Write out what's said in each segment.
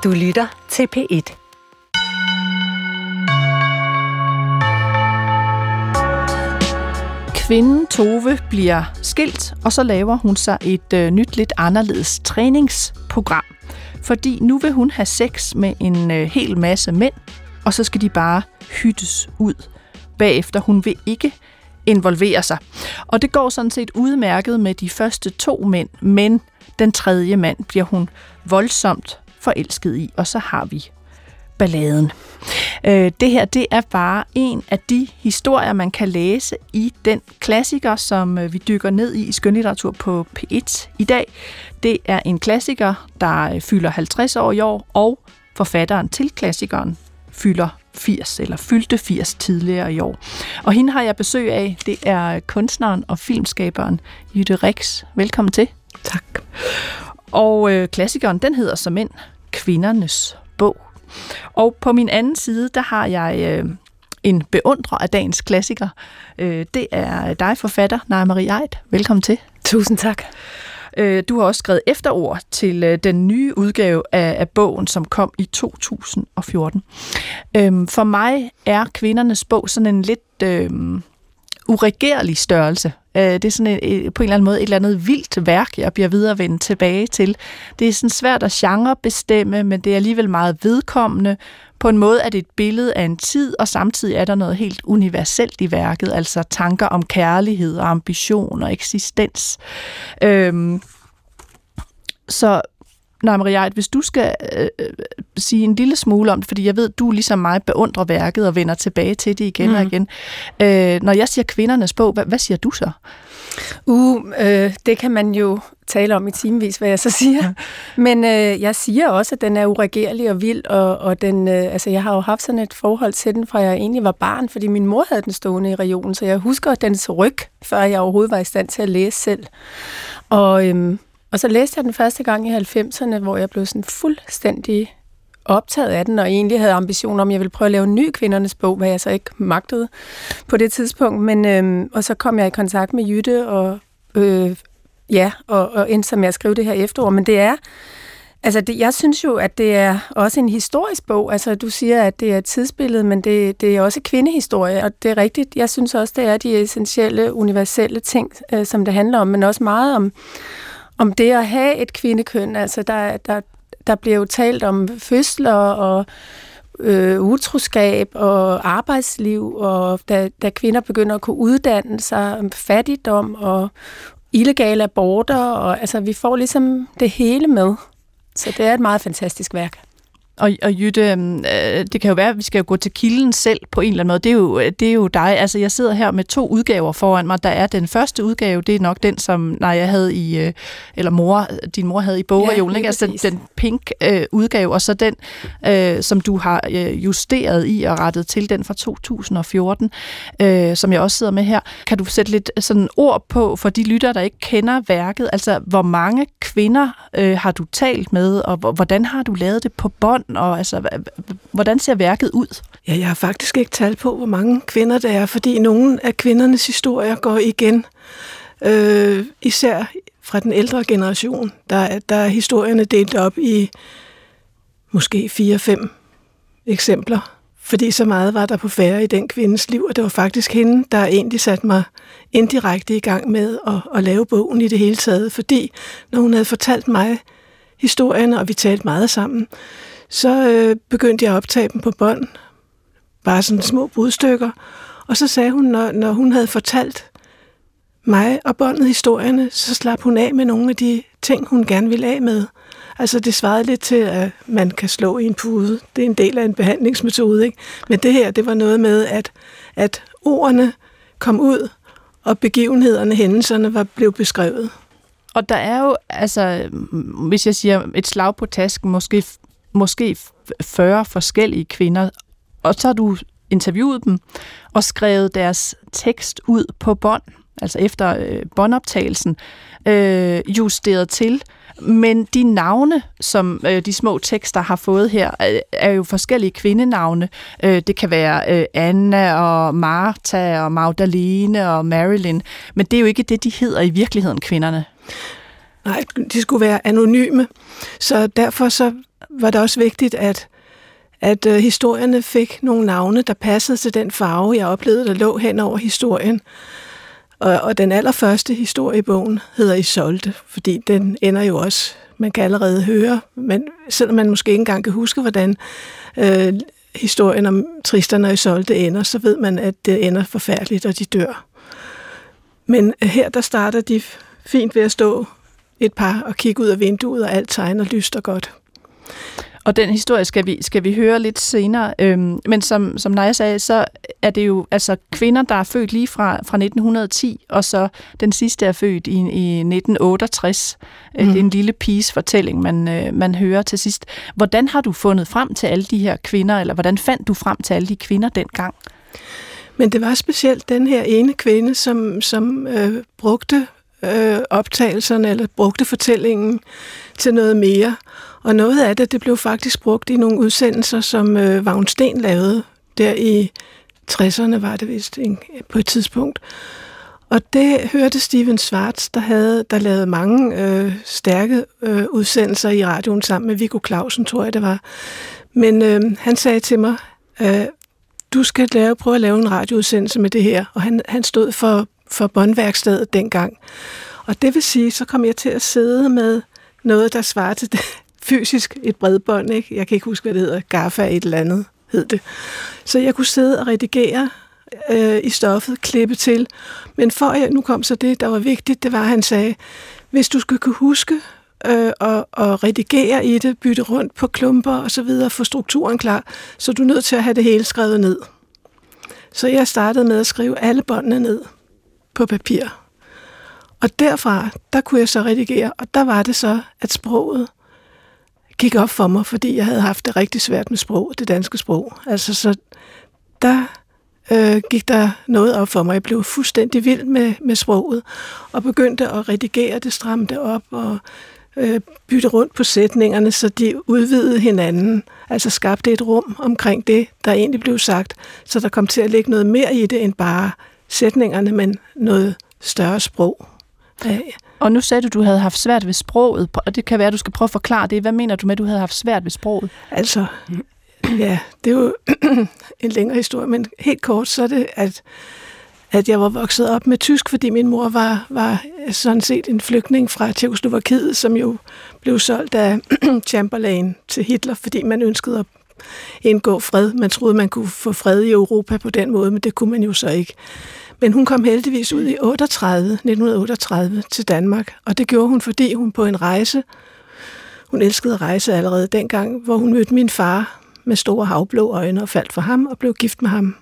Du lytter til P1. Kvinden Tove bliver skilt, og så laver hun sig et nyt, lidt anderledes træningsprogram. Fordi nu vil hun have sex med en hel masse mænd, og så skal de bare hyttes ud bagefter. Hun vil ikke involvere sig. Og det går sådan set udmærket med de første 2 mænd, men den tredje mand bliver hun voldsomt forelsket i, og så har vi balladen. Det her, det er bare en af de historier, man kan læse i den klassiker, som vi dykker ned i skønlitteratur på P1 i dag. Det er en klassiker, der fylder 50 år i år, og forfatteren til klassikeren fylder 80, eller fyldte 80 tidligere i år. Og hende har jeg besøg af. Det er kunstneren og filmskaberen Jytte Rex. Velkommen til. Tak. Og klassikeren, den hedder såmænd Kvindernes Bog. Og på min anden side, der har jeg en beundrer af dagens klassiker. Det er dig, forfatter, Naja Marie Aidt. Velkommen til. Tusind tak. Du har også skrevet efterord til den nye udgave af bogen, som kom i 2014. For mig er Kvindernes Bog sådan en lidt uregerlig størrelse. Det er sådan på en eller anden måde et eller andet vildt værk, jeg bliver videre vendt tilbage til. Det er sådan svært at genrebestemme, men det er alligevel meget vedkommende. På en måde er det et billede af en tid, og samtidig er der noget helt universelt i værket, altså tanker om kærlighed og ambition og eksistens. Så Naja Marie Aidt, hvis du skal sige en lille smule om det, fordi jeg ved, du ligesom mig beundrer værket og vender tilbage til det igen og igen. Når jeg siger Kvindernes Bog, hvad siger du så? Det kan man jo tale om i timevis, hvad jeg så siger. Men jeg siger også, at den er uregerlig og vild, og den, jeg har jo haft sådan et forhold til den, fra jeg egentlig var barn, fordi min mor havde den stående i regionen, så jeg husker dens ryg, før jeg overhovedet var i stand til at læse selv. Og så læste jeg den første gang i 90'erne, hvor jeg blev sådan fuldstændig optaget af den, og egentlig havde ambitioner om, at jeg ville prøve at lave en ny Kvindernes Bog, hvad jeg så ikke magtede på det tidspunkt. Men, og så kom jeg i kontakt med Jytte, og endte som jeg skrev det her efterord. Men det er, jeg synes jo, at det er også en historisk bog. Altså, du siger, at det er et tidsbillede, men det er også kvindehistorie, og det er rigtigt. Jeg synes også, det er de essentielle, universelle ting, som det handler om, men også meget om det at have et kvindekøn. Altså, der bliver jo talt om fødsler og utroskab og arbejdsliv, og da kvinder begynder at kunne uddanne sig, om fattigdom og illegale aborter, og altså, vi får ligesom det hele med. Så det er et meget fantastisk værk. Og Jytte, det kan jo være, at vi skal jo gå til kilden selv på en eller anden måde. Det er jo dig. Altså, jeg sidder her med 2 udgaver foran mig. Der er den første udgave, det er nok den, som jeg havde i, eller din mor havde i bogreolen, ikke? Altså den pink udgave, og så den, som du har justeret i og rettet til, den fra 2014, som jeg også sidder med her. Kan du sætte lidt sådan ord på, for de lyttere, der ikke kender værket? Altså, hvor mange kvinder har du talt med, og hvordan har du lavet det på bånd? Og altså, hvordan ser værket ud? Ja, jeg har faktisk ikke talt på, hvor mange kvinder der er, fordi nogle af kvindernes historier går igen. Især fra den ældre generation, der er historierne delt op i måske 4-5 eksempler, fordi så meget var der på færde i den kvindes liv, og det var faktisk hende, der egentlig satte mig indirekte i gang med at lave bogen i det hele taget, fordi når hun havde fortalt mig historierne, og vi talte meget sammen, så begyndte jeg at optage dem på bånd, bare sådan små brudstykker, og så sagde hun, når hun havde fortalt mig og båndet historierne, så slap hun af med nogle af de ting, hun gerne ville af med. Altså det svarede lidt til, at man kan slå i en pude. Det er en del af en behandlingsmetode, ikke? Men det her, det var noget med, at ordene kom ud, og begivenhederne, hændelserne blev beskrevet. Og der er jo, altså, hvis jeg siger et slag på tasken, måske 40 forskellige kvinder, og så har du interviewet dem og skrevet deres tekst ud på bånd, altså efter båndoptagelsen, justeret til. Men de navne, som de små tekster har fået her, er jo forskellige kvindenavne. Det kan være Anna og Martha og Magdalene og Marilyn, men det er jo ikke det, de hedder i virkeligheden, kvinderne. Nej, de skulle være anonyme. Så derfor så var det også vigtigt, at historierne fik nogle navne, der passede til den farve, jeg oplevede, der lå hen over historien. Og den allerførste historie i bogen hedder Isolde, fordi den ender jo også, man kan allerede høre, men selvom man måske ikke engang kan huske, hvordan historien om Tristan og Isolde ender, så ved man, at det ender forfærdeligt, og de dør. Men her, der starter de fint ved at stå et par og kigge ud af vinduet, og alt tegner lyst og godt. Og den historie skal vi høre lidt senere. Men som Naja sagde, så er det jo altså kvinder, der er født lige fra 1910, og så den sidste er født i 1968. Det er en lille piges fortælling, man hører til sidst. Hvordan har du fundet frem til alle de her kvinder, eller hvordan fandt du frem til alle de kvinder dengang? Men det var specielt den her ene kvinde, som brugte optagelserne, eller brugte fortællingen til noget mere. Og noget af det blev faktisk brugt i nogle udsendelser, som Vagn Steen lavede. Der i 60'erne var det vist på et tidspunkt. Og det hørte Stephen Schwartz, der lavede mange stærke udsendelser i radioen sammen med Viggo Clausen, tror jeg det var. Men han sagde til mig, du skal prøve at lave en radioudsendelse med det her. Og han stod for båndværkstedet dengang. Og det vil sige, så kom jeg til at sidde med noget, der svarer til det. Fysisk et bredbånd, ikke? Jeg kan ikke huske, hvad det hedder. Gaffa et eller andet hed det. Så jeg kunne sidde og redigere i stoffet, klippe til. Men nu kom så det, der var vigtigt, det var, at han sagde, hvis du skal kunne huske og redigere i det, bytte rundt på klumper og så videre, få strukturen klar, så er du nødt til at have det hele skrevet ned. Så jeg startede med at skrive alle båndene ned på papir. Og derfra, der kunne jeg så redigere, og der var det så, at sproget gik op for mig, fordi jeg havde haft det rigtig svært med sprog, det danske sprog. Altså, så der gik der noget op for mig. Jeg blev fuldstændig vild med sproget, og begyndte at redigere det, stramme det op, og bytte rundt på sætningerne, så de udvidede hinanden. Altså skabte et rum omkring det, der egentlig blev sagt, så der kom til at ligge noget mere i det, end bare sætningerne, men noget større sprog. Og nu sagde du havde haft svært ved sproget, og det kan være, at du skal prøve at forklare det. Hvad mener du med, at du havde haft svært ved sproget? Altså, ja, det er jo en længere historie, men helt kort, så er det, at jeg var vokset op med tysk, fordi min mor var sådan set en flygtning fra Tjekkoslovakiet, som jo blev solgt af Chamberlain til Hitler, fordi man ønskede at indgå fred. Man troede, man kunne få fred i Europa på den måde, men det kunne man jo så ikke. Men hun kom heldigvis ud i 1938 til Danmark, og det gjorde hun, fordi hun på en rejse, hun elskede at rejse allerede dengang, hvor hun mødte min far med store havblå øjne og faldt for ham og blev gift med ham.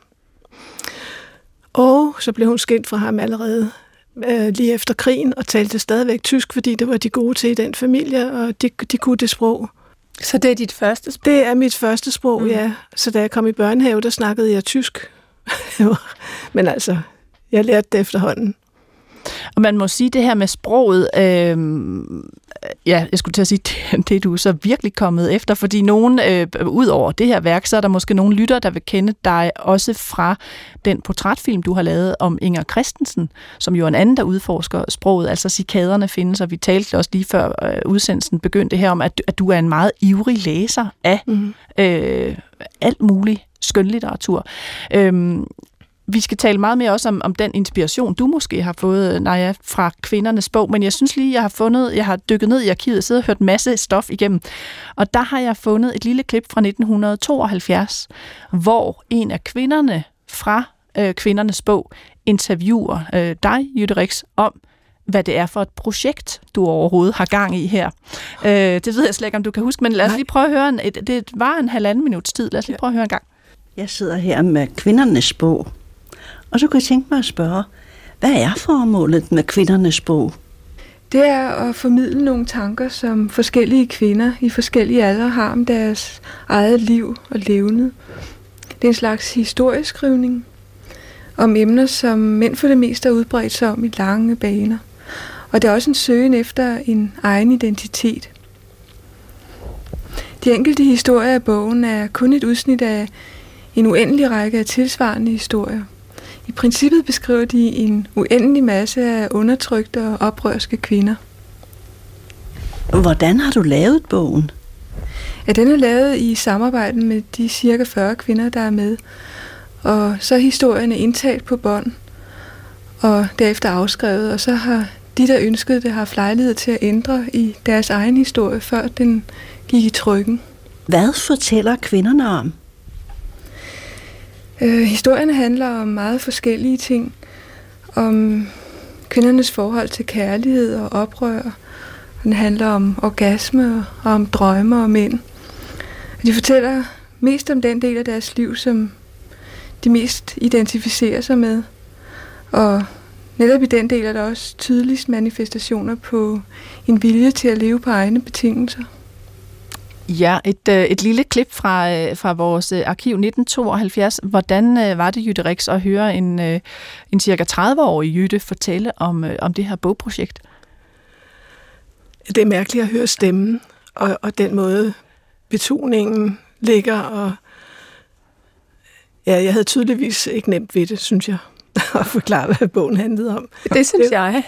Og så blev hun skilt fra ham allerede lige efter krigen og talte stadigvæk tysk, fordi det var de gode til i den familie, og de kunne det sprog. Så det er dit første sprog? Det er mit første sprog, ja. Så da jeg kom i børnehave, der snakkede jeg tysk. Men altså, jeg lærte det efterhånden. Og man må sige, det her med sproget, jeg skulle til at sige, det er du så virkelig kommet efter, fordi nogen, ud over det her værk, så er der måske nogle lyttere, der vil kende dig også fra den portrætfilm, du har lavet om Inger Christensen, som jo er en anden, der udforsker sproget, altså cikaderne findes, og vi talte også lige før udsendelsen begyndte her om, at du er en meget ivrig læser af alt muligt skønlitteratur. Vi skal tale meget mere også om den inspiration, du måske har fået, Naja, fra kvindernes bog, men jeg synes lige, jeg har dykket ned i arkivet og siddet og hørt en masse stof igennem, og der har jeg fundet et lille klip fra 1972, hvor en af kvinderne fra kvindernes bog interviewer dig, Jytte Rix, om, hvad det er for et projekt, du overhovedet har gang i her. Det ved jeg slet ikke, om du kan huske, men lad os lige prøve at høre, det var en 1,5 minuts tid, lad os lige prøve at høre en gang. Jeg sidder her med kvindernes bog, og så kan jeg tænke mig at spørge, hvad er formålet med kvindernes bog? Det er at formidle nogle tanker, som forskellige kvinder i forskellige aldre har om deres eget liv og levnet. Det er en slags historieskrivning om emner, som mænd for det meste er udbredt sig om i lange baner. Og det er også en søgen efter en egen identitet. De enkelte historier af bogen er kun et udsnit af en uendelig række af tilsvarende historier. I princippet beskriver de en uendelig masse af undertrykte og oprørske kvinder. Hvordan har du lavet bogen? Ja, den er lavet i samarbejde med de cirka 40 kvinder, der er med. Og så er historierne indtalt på bånd, og derefter afskrevet, og så har de, der ønskede det, haft lejlighed til at ændre i deres egen historie, før den gik i trykken. Hvad fortæller kvinderne om? Historierne handler om meget forskellige ting. Om kvindernes forhold til kærlighed og oprør. Den handler om orgasme og om drømme og mænd. De fortæller mest om den del af deres liv, som de mest identificerer sig med. Og netop i den del er der også tydeligst manifestationer på en vilje til at leve på egne betingelser. Ja, et lille klip fra vores arkiv 1972. Hvordan var det, Jytte Rix, at høre en cirka 30-årig Jytte fortælle om det her bogprojekt? Det er mærkeligt at høre stemmen, og den måde betoningen ligger. Og ja, jeg havde tydeligvis ikke nemt ved det, synes jeg, at forklare, hvad bogen handlede om. Det synes jeg.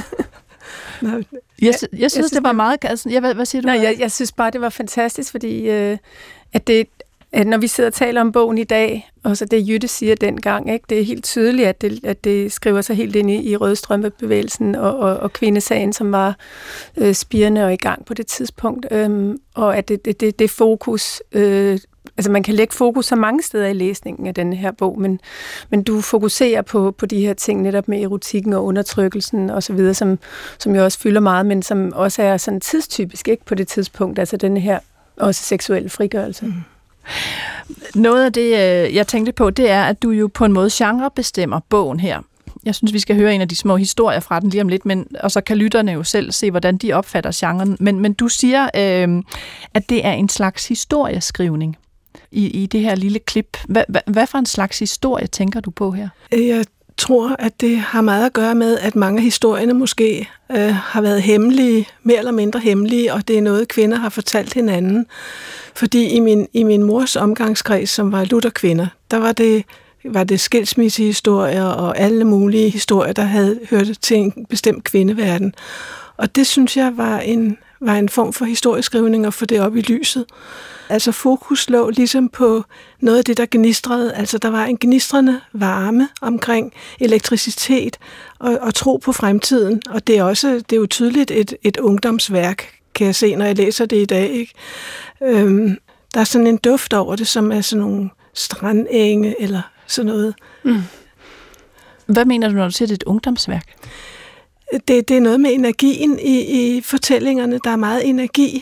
Nå. Jeg synes, det var meget... Hvad siger du? Nej, jeg synes bare, det var fantastisk, fordi at når vi sidder og taler om bogen i dag, og så det Jytte siger dengang, ikke, det er helt tydeligt, at det skriver sig helt ind i rødstrømpebevægelsen og kvindesagen, som var spirende og i gang på det tidspunkt. Og at det fokus... Altså man kan lægge fokus så mange steder i læsningen af denne her bog, men du fokuserer på de her ting netop med erotikken og undertrykkelsen og så videre, som jo også fylder meget, men som også er sådan tidstypisk, ikke, på det tidspunkt, altså denne her også seksuelle frigørelse. Mm. Noget af det, jeg tænkte på, det er, at du jo på en måde genrebestemmer bogen her. Jeg synes, vi skal høre en af de små historier fra den lige om lidt, og så kan lytterne jo selv se, hvordan de opfatter genren. Men du siger, at det er en slags historieskrivning i det her lille klip. Hvad for en slags historie tænker du på her? Jeg tror, at det har meget at gøre med, at mange af historierne måske har været hemmelige, mere eller mindre hemmelige, og det er noget, kvinder har fortalt hinanden. Fordi i min mors omgangskreds, som var lutherkvinder, der var det skilsmissehistorier og alle mulige historier, der havde hørt til en bestemt kvindeverden. Og det synes jeg var en form for historieskrivning at få det op i lyset. Altså fokus lå ligesom på noget af det, der gnistrede. Altså der var en gnistrende varme omkring elektricitet og tro på fremtiden. Og det er jo tydeligt et ungdomsværk, kan jeg se, når jeg læser det i dag. Ikke? Der er sådan en duft over det, som er sådan nogle strandenge eller sådan noget. Mm. Hvad mener du, når du siger, det er et ungdomsværk? Det er noget med energien i fortællingerne. Der er meget energi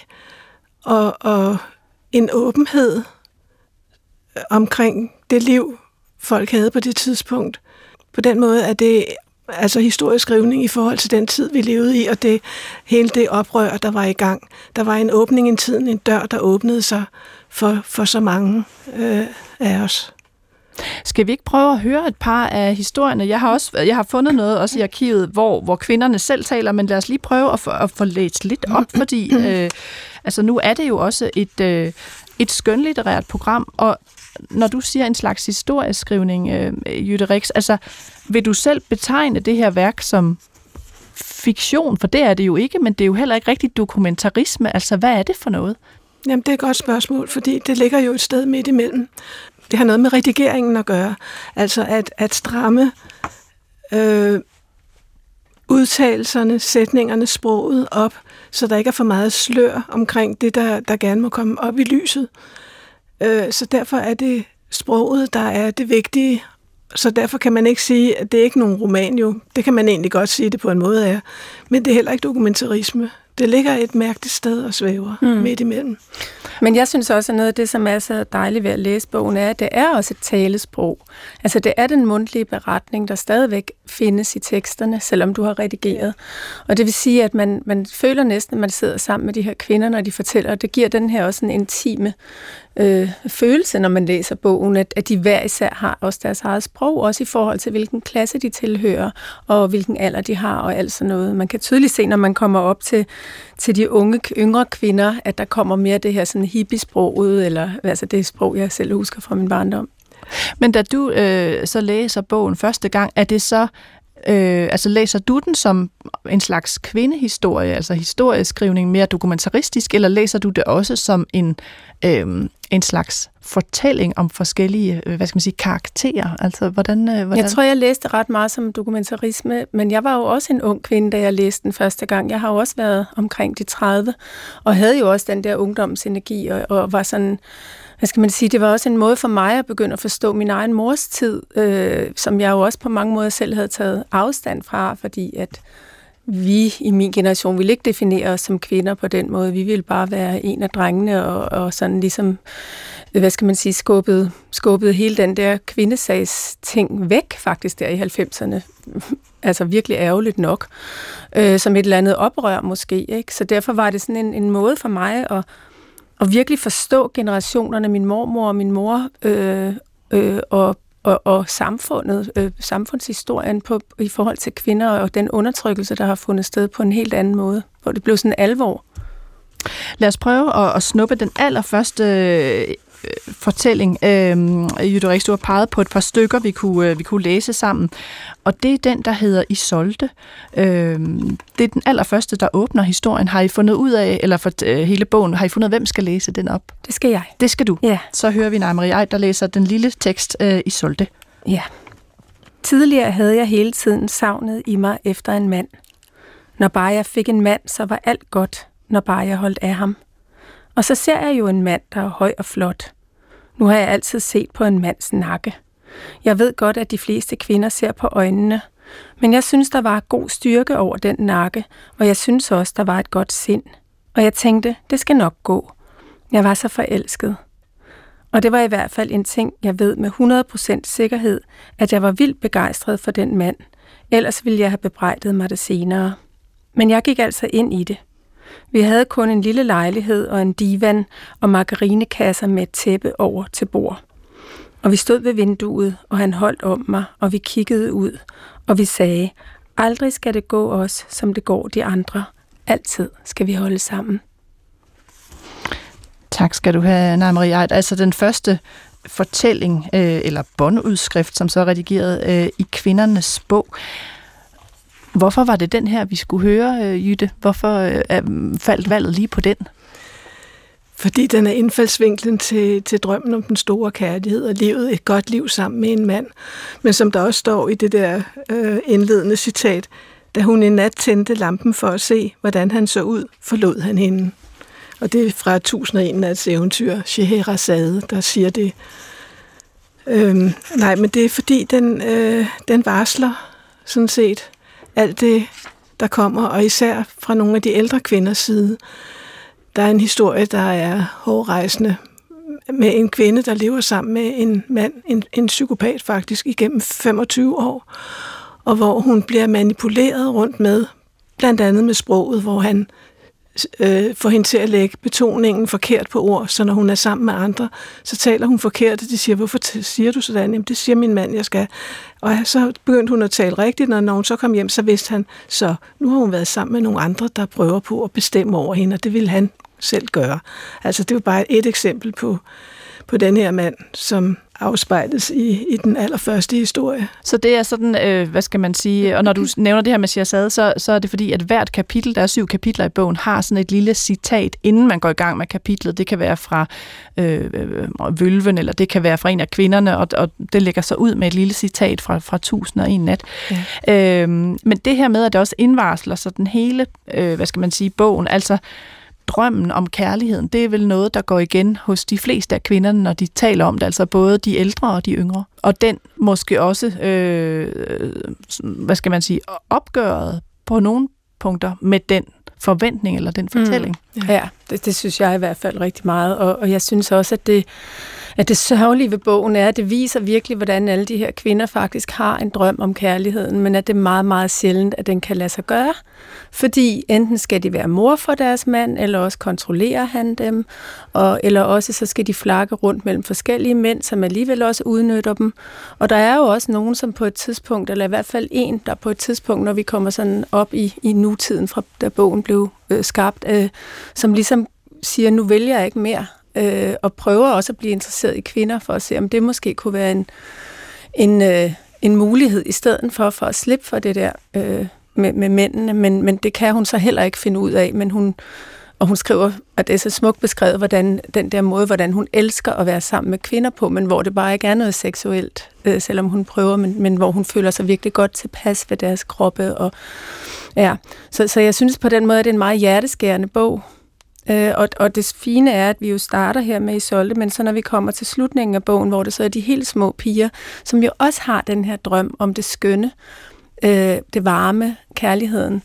og en åbenhed omkring det liv, folk havde på det tidspunkt. På den måde er det altså historieskrivning i forhold til den tid, vi levede i, og hele det oprør, der var i gang. Der var en åbning i tiden, en dør, der åbnede sig for så mange af os. Skal vi ikke prøve at høre et par af historierne? Jeg har fundet noget også i arkivet, hvor kvinderne selv taler, men lad os lige prøve at få læst lidt op, fordi altså nu er det jo også et skønlitterært program, og når du siger en slags historieskrivning, Jytte Rix, altså vil du selv betegne det her værk som fiktion? For det er det jo ikke, men det er jo heller ikke rigtig dokumentarisme. Altså hvad er det for noget? Jamen det er et godt spørgsmål, fordi det ligger jo et sted midt imellem. Det har noget med redigeringen at gøre. Altså at stramme udtalelserne, sætningerne, sproget op, så der ikke er for meget slør omkring det, der gerne må komme op i lyset. Så derfor er det sproget, der er det vigtige. Så derfor kan man ikke sige, at det er ikke nogen roman jo. Det kan man egentlig godt sige, det på en måde er. Men det er heller ikke dokumentarisme. Det ligger et mærkeligt sted og svæver midt imellem. Men jeg synes også, at noget af det, som er så dejligt ved at læse bogen, er, at det er også et talesprog. Altså det er den mundtlige beretning, der stadigvæk findes i teksterne, selvom du har redigeret. Og det vil sige, at man føler næsten, at man sidder sammen med de her kvinder, når de fortæller, og det giver den her også en intime følelse, når man læser bogen, at de hver især har også deres eget sprog, også i forhold til, hvilken klasse de tilhører, og hvilken alder de har, og alt sådan noget. Man kan tydeligt se, når man kommer op til de yngre kvinder, at der kommer mere det her sådan hippie-sprog ud, eller altså det sprog, jeg selv husker fra min barndom. Men da du så læser bogen første gang, er det så Altså læser du den som en slags kvindehistorie, altså historieskrivning mere dokumentaristisk, eller læser du det også som en slags fortælling om forskellige, karakterer? Altså, hvordan? Jeg tror, jeg læste ret meget som dokumentarisme, men jeg var jo også en ung kvinde, da jeg læste den første gang. Jeg har jo også været omkring de 30, og havde jo også den der ungdomsenergi, og var sådan, det var også en måde for mig at begynde at forstå min egen mors tid, som jeg jo også på mange måder selv havde taget afstand fra, fordi at vi i min generation ville ikke definere os som kvinder på den måde. Vi ville bare være en af drengene og sådan ligesom, skubbede hele den der kvindesags ting væk faktisk der i 90'erne. Altså virkelig ærgerligt nok. Som et eller andet oprør måske, ikke? Så derfor var det sådan en måde for mig at virkelig forstå generationerne, min mormor og min mor, og samfundet, samfundshistorien i forhold til kvinder og den undertrykkelse, der har fundet sted på en helt anden måde, hvor det blev sådan alvor. Lad os prøve at snuppe den allerførste fortælling. Jytte Rix, du har peget på et par stykker, vi kunne læse sammen. Og det er den, der hedder Isolde. Det er den allerførste, der åbner historien. Har I fundet ud af, eller for hele bogen, har I fundet, hvem skal læse den op? Det skal jeg. Det skal du? Ja. Så hører vi Marie Eid, der læser den lille tekst Isolde. Ja. Tidligere havde jeg hele tiden savnet i mig efter en mand. Når bare jeg fik en mand, så var alt godt, når bare jeg holdt af ham. Og så ser jeg jo en mand, der er høj og flot. Nu har jeg altid set på en mands nakke. Jeg ved godt, at de fleste kvinder ser på øjnene, men jeg synes, der var god styrke over den nakke, og jeg synes også, der var et godt sind. Og jeg tænkte, det skal nok gå. Jeg var så forelsket. Og det var i hvert fald en ting, jeg ved med 100% sikkerhed, at jeg var vildt begejstret for den mand. Ellers ville jeg have bebrejdet mig det senere. Men jeg gik altså ind i det. Vi havde kun en lille lejlighed og en divan og margarinekasser med et tæppe over til bord. Og vi stod ved vinduet, og han holdt om mig, og vi kiggede ud, og vi sagde, aldrig skal det gå os, som det går de andre. Altid skal vi holde sammen. Tak skal du have, Marie Eid. Altså den første fortælling, eller båndudskrift, som så er redigeret i Kvindernes Bog. Hvorfor var det den her, vi skulle høre, Jytte? Hvorfor faldt valget lige på den? Fordi den er indfaldsvinklen til drømmen om den store kærlighed og livet, et godt liv sammen med en mand. Men som der også står i det der indledende citat, da hun en nat tændte lampen for at se, hvordan han så ud, forlod han hende. Og det er fra 1001 nats eventyr, Scheherazade, der siger det. Nej, men det er fordi, den varsler sådan set alt det, der kommer, og især fra nogle af de ældre kvinders side. Der er en historie, der er hårdrejsende, med en kvinde, der lever sammen med en mand, en psykopat faktisk, igennem 25 år, og hvor hun bliver manipuleret rundt med, blandt andet med sproget, hvor han får hende til at lægge betoningen forkert på ord, så når hun er sammen med andre, så taler hun forkert, og de siger, hvorfor siger du sådan? Jamen, det siger min mand, jeg skal. Og så begyndte hun at tale rigtigt, og når hun så kom hjem, så vidste han, så nu har hun været sammen med nogle andre, der prøver på at bestemme over hende, og det ville han selv gøre. Altså, det var bare et eksempel på den her mand, som afspejles i den allerførste historie. Så det er sådan, hvad skal man sige, og når du nævner det her med Scheherazade, så er det fordi, at hvert kapitel, der er 7 kapitler i bogen, har sådan et lille citat, inden man går i gang med kapitlet. Det kan være fra Vølven, eller det kan være fra en af kvinderne, og det lægger sig ud med et lille citat fra 1001 nat. Ja. Men det her med, at det også indvarsler så den hele, hvad skal man sige, bogen, altså drømmen om kærligheden, det er vel noget, der går igen hos de fleste af kvinderne, når de taler om det, altså både de ældre og de yngre. Og den måske også, hvad skal man sige, opgøret på nogle punkter med den forventning eller den fortælling. Ja, det synes jeg i hvert fald rigtig meget, og jeg synes også, at det sørgelige ved bogen er, at det viser virkelig, hvordan alle de her kvinder faktisk har en drøm om kærligheden, men at det er meget, meget sjældent, at den kan lade sig gøre. Fordi enten skal de være mor for deres mand, eller også kontrollerer han dem, eller også så skal de flakke rundt mellem forskellige mænd, som alligevel også udnytter dem. Og der er jo også nogen, som på et tidspunkt, eller i hvert fald en, der på et tidspunkt, når vi kommer sådan op i nutiden, fra da bogen blev skabt, som ligesom siger, nu vælger jeg ikke mere, og prøver også at blive interesseret i kvinder, for at se, om det måske kunne være en mulighed i stedet for at slippe for det der med mændene, men det kan hun så heller ikke finde ud af, og hun skriver, at det er så smukt beskrevet, hvordan den der måde, hvordan hun elsker at være sammen med kvinder på, men hvor det bare ikke er noget seksuelt, selvom hun prøver, men hvor hun føler sig virkelig godt tilpas ved deres kroppe. Og, ja. Så jeg synes på den måde, at det er en meget hjerteskærende bog. Og det fine er, at vi jo starter her med Isolde, men så når vi kommer til slutningen af bogen, hvor det så er de helt små piger, som jo også har den her drøm om det skønne, det varme, kærligheden.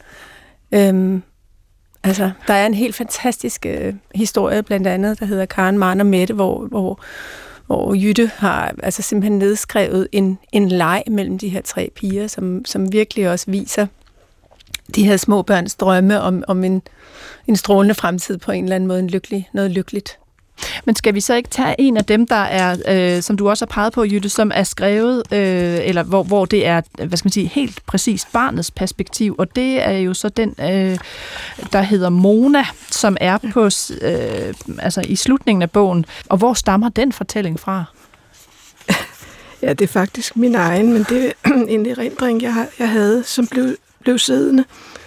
Altså, der er en helt fantastisk historie, blandt andet, der hedder Karen, Maren og Mette, hvor Jytte har altså simpelthen nedskrevet en leg mellem de her 3 piger, som virkelig også viser de her små børns drømme om en strålende fremtid på en eller anden måde, noget lykkeligt. Men skal vi så ikke tage en af dem, der er, som du også har peget på, Jytte, som er skrevet, eller hvor det er, hvad skal man sige, helt præcist barnets perspektiv, og det er jo så den, der hedder Mona, som er på, altså i slutningen af bogen. Og hvor stammer den fortælling fra? Ja, det er faktisk min egen, men det er en erindring, jeg havde, som blev siddende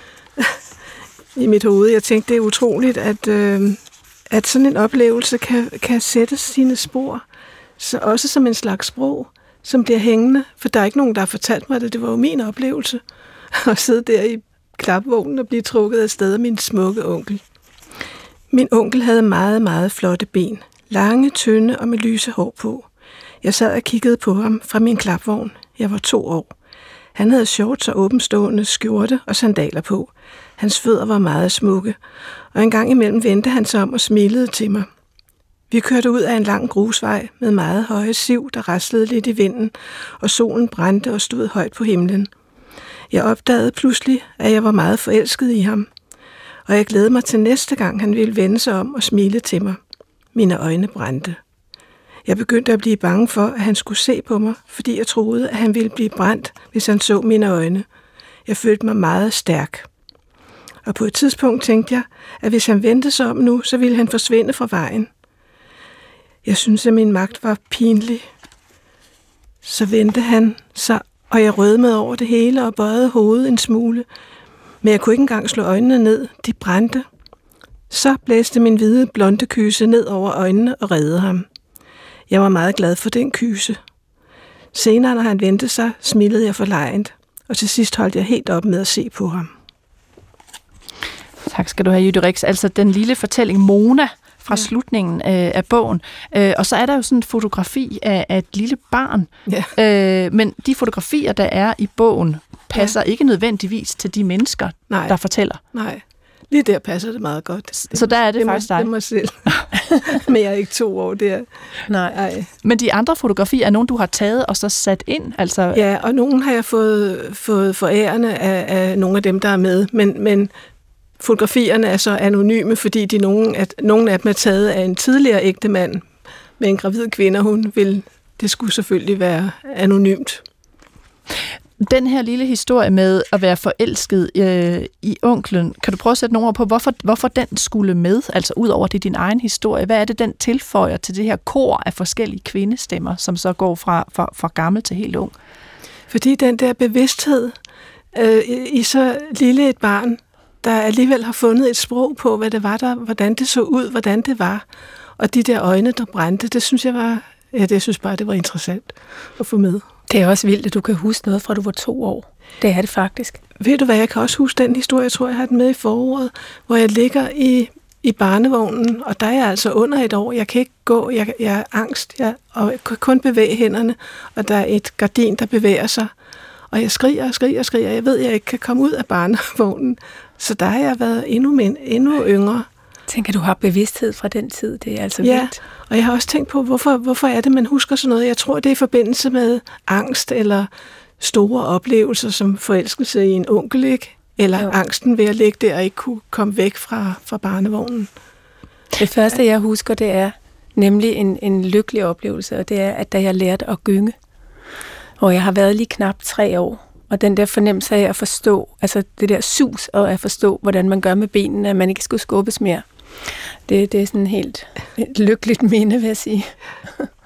i mit hoved. Jeg tænkte, det er utroligt, at sådan en oplevelse kan sætte sine spor, så også som en slags sprog, som bliver hængende, for der er ikke nogen, der har fortalt mig det. Det var jo min oplevelse at sidde der i klapvognen og blive trukket af sted af min smukke onkel. Min onkel havde meget, meget flotte ben, lange, tynde og med lyse hår på. Jeg sad og kiggede på ham fra min klapvogn. Jeg var 2 år. Han havde shorts og åbenstående skjorte og sandaler på. Hans fødder var meget smukke, og en gang imellem vendte han sig om og smilede til mig. Vi kørte ud af en lang grusvej med meget høje siv, der raslede lidt i vinden, og solen brændte og stod højt på himlen. Jeg opdagede pludselig, at jeg var meget forelsket i ham, og jeg glædede mig til næste gang, han ville vende sig om og smile til mig. Mine øjne brændte. Jeg begyndte at blive bange for, at han skulle se på mig, fordi jeg troede, at han ville blive brændt, hvis han så mine øjne. Jeg følte mig meget stærk. Og på et tidspunkt tænkte jeg, at hvis han vendte sig om nu, så ville han forsvinde fra vejen. Jeg synes, at min magt var pinlig. Så vendte han sig, og jeg rødmede over det hele og bøjede hovedet en smule. Men jeg kunne ikke engang slå øjnene ned. De brændte. Så blæste min hvide blonde kyse ned over øjnene og reddede ham. Jeg var meget glad for den kyse. Senere, når han vendte sig, smilede jeg forlegent, og til sidst holdt jeg helt op med at se på ham. Tak skal du have, Jytte Rix. Altså den lille fortælling Mona fra slutningen af bogen. Og så er der jo sådan et fotografi af et lille barn. Ja. Men de fotografier, der er i bogen, passer ikke nødvendigvis til de mennesker, der fortæller. Nej. Lige der passer det meget godt. Så der er det faktisk dig. Det er mig selv. Men jeg er ikke 2 år der. Nej. Men de andre fotografier er nogle, du har taget og så sat ind? Altså... Ja, og nogle har jeg fået forærende af nogle af dem, der er med. Men fotografierne er så anonyme, fordi nogle af dem er taget af en tidligere ægtemand med en gravid kvinde. Det skulle selvfølgelig være anonymt. Den her lille historie med at være forelsket i onklen, kan du prøve at sætte nogle ord på, hvorfor den skulle med, altså ud over det din egen historie? Hvad er det, den tilføjer til det her kor af forskellige kvindestemmer, som så går fra gammel til helt ung? Fordi den der bevidsthed i så lille et barn, der alligevel har fundet et sprog på, hvad det var der, hvordan det så ud, hvordan det var, og de der øjne, der brændte, det synes jeg bare, det var interessant at få med. Det er også vildt, at du kan huske noget fra du var 2 år. Det er det faktisk. Ved du hvad, jeg kan også huske den historie, jeg tror, jeg har den med i foråret, hvor jeg ligger i barnevognen, og der er jeg altså under 1 år. Jeg kan ikke gå, jeg er angst, og jeg kan kun bevæge hænderne, og der er et gardin, der bevæger sig. Og jeg skriger, jeg ved, jeg ikke kan komme ud af barnevognen. Så der har jeg været endnu yngre. Tænker, du har bevidsthed fra den tid, det er altså vildt. Ja, og jeg har også tænkt på, hvorfor er det, man husker sådan noget. Jeg tror, det er i forbindelse med angst eller store oplevelser som forelskelse i en onkel, ikke? Eller angsten ved at ligge der og ikke kunne komme væk fra barnevognen. Det første, jeg husker, det er nemlig en lykkelig oplevelse, og det er, at da jeg lærte at gynge, og jeg har været lige knap 3 år, og den der fornemmelse af at forstå, altså det der sus og at forstå, hvordan man gør med benene, at man ikke skulle skubbes mere. Det er sådan helt et lykkeligt minde, vil jeg sige.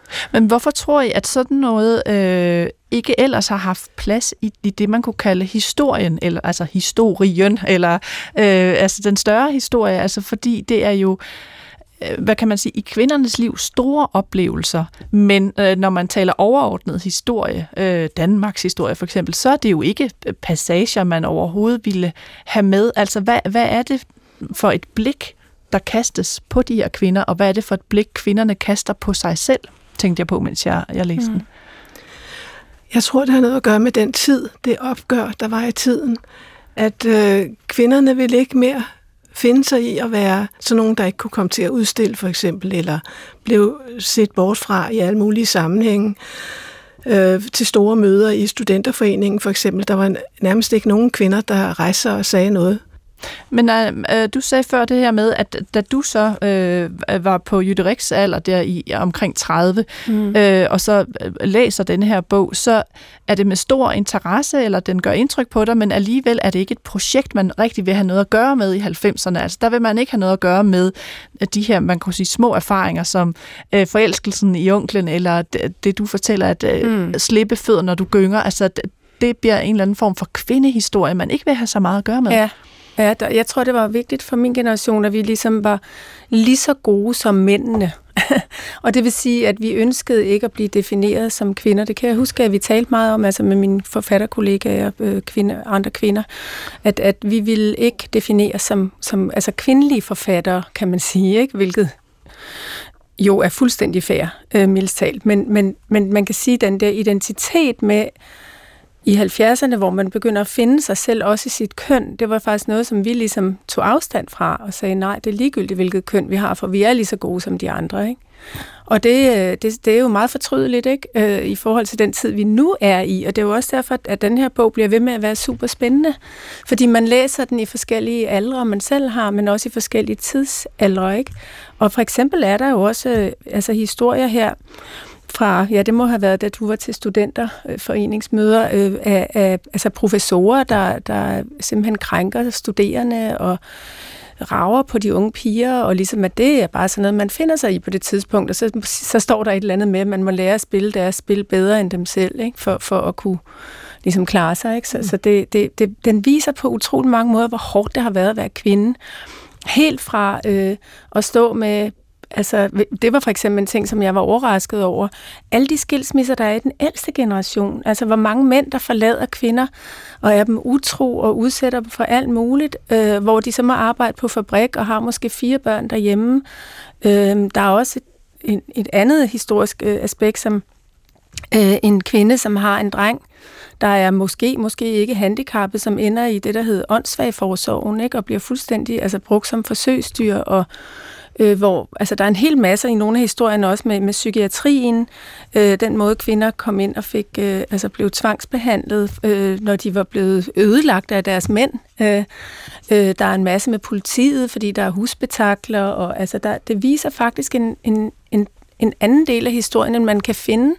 Men hvorfor tror I, at sådan noget ikke ellers har haft plads i det, man kunne kalde historien, eller altså historien, eller altså den større historie, altså fordi det er jo, hvad kan man sige, i kvindernes liv store oplevelser, men når man taler overordnet historie, Danmarks historie for eksempel, så er det jo ikke passager, man overhovedet ville have med. Altså, hvad er det for et blik, der kastes på de her kvinder, og hvad er det for et blik, kvinderne kaster på sig selv, tænkte jeg på, mens jeg læste den. Jeg tror, det har noget at gøre med den tid, det opgør, der var i tiden, at kvinderne ville ikke mere finde sig i at være sådan nogen, der ikke kunne komme til at udstille, for eksempel, eller blev set bort fra i alle mulige sammenhænge. Til store møder i studenterforeningen, for eksempel, der var nærmest ikke nogen kvinder, der rejste og sagde noget. Men du sagde før det her med, at da du så var på Jytte Riks alder der i omkring 30, og så læser denne her bog, så er det med stor interesse, eller den gør indtryk på dig, men alligevel er det ikke et projekt, man rigtig vil have noget at gøre med i 90'erne. Altså der vil man ikke have noget at gøre med de her, man kan sige, små erfaringer, som forelskelsen i onklen, eller det du fortæller, at slippe fødder, når du gynger. Altså det bliver en eller anden form for kvindehistorie, man ikke vil have så meget at gøre med. Ja. Ja, jeg tror, det var vigtigt for min generation, at vi ligesom var lige så gode som mændene. Og det vil sige, at vi ønskede ikke at blive defineret som kvinder. Det kan jeg huske, at vi talte meget om, altså med mine forfatterkollegaer, andre kvinder, at vi ville ikke defineres som altså kvindelige forfattere, kan man sige, ikke? Hvilket jo er fuldstændig fair, mildest talt. Men man kan sige, at den der identitet med i 70'erne, hvor man begynder at finde sig selv også i sit køn, det var faktisk noget, som vi ligesom tog afstand fra og sagde, nej, det er ligegyldigt, hvilket køn vi har, for vi er lige så gode som de andre, ikke? Og det er jo meget fortrydeligt, ikke? I forhold til den tid, vi nu er i, og det er jo også derfor, at den her bog bliver ved med at være super spændende, fordi man læser den i forskellige aldre, man selv har, men også i forskellige tidsaldre, ikke? Og for eksempel er der jo også altså historier her, fra, ja, det må have været, da du var til studenterforeningsmøder af altså professorer, der simpelthen krænker studerende og rager på de unge piger, og ligesom at det er bare sådan noget, man finder sig i på det tidspunkt, og så står der et eller andet med, at man må lære at spille deres spil bedre end dem selv, ikke? For at kunne ligesom klare sig. Ikke? Så den viser på utrolig mange måder, hvor hårdt det har været at være kvinde. Helt fra at stå med altså, det var for eksempel en ting, som jeg var overrasket over. Alle de skilsmisser, der er i den ældste generation, altså hvor mange mænd, der forlader kvinder, og er dem utro og udsætter dem for alt muligt, hvor de så må arbejde på fabrik og har måske 4 børn derhjemme. Der er også et andet historisk aspekt, som en kvinde, som har en dreng, der er måske ikke handicappet, som ender i det, der hedder åndssvagforsorgen, ikke, og bliver fuldstændig altså, brugt som forsøgsdyr, og hvor altså, der er en hel masse i nogle af historierne også med psykiatrien, den måde kvinder kom ind og fik altså blev tvangsbehandlet, når de var blevet ødelagt af deres mænd. Der er en masse med politiet, fordi der er husspektakler, og altså det viser faktisk en anden del af historien, end man kan finde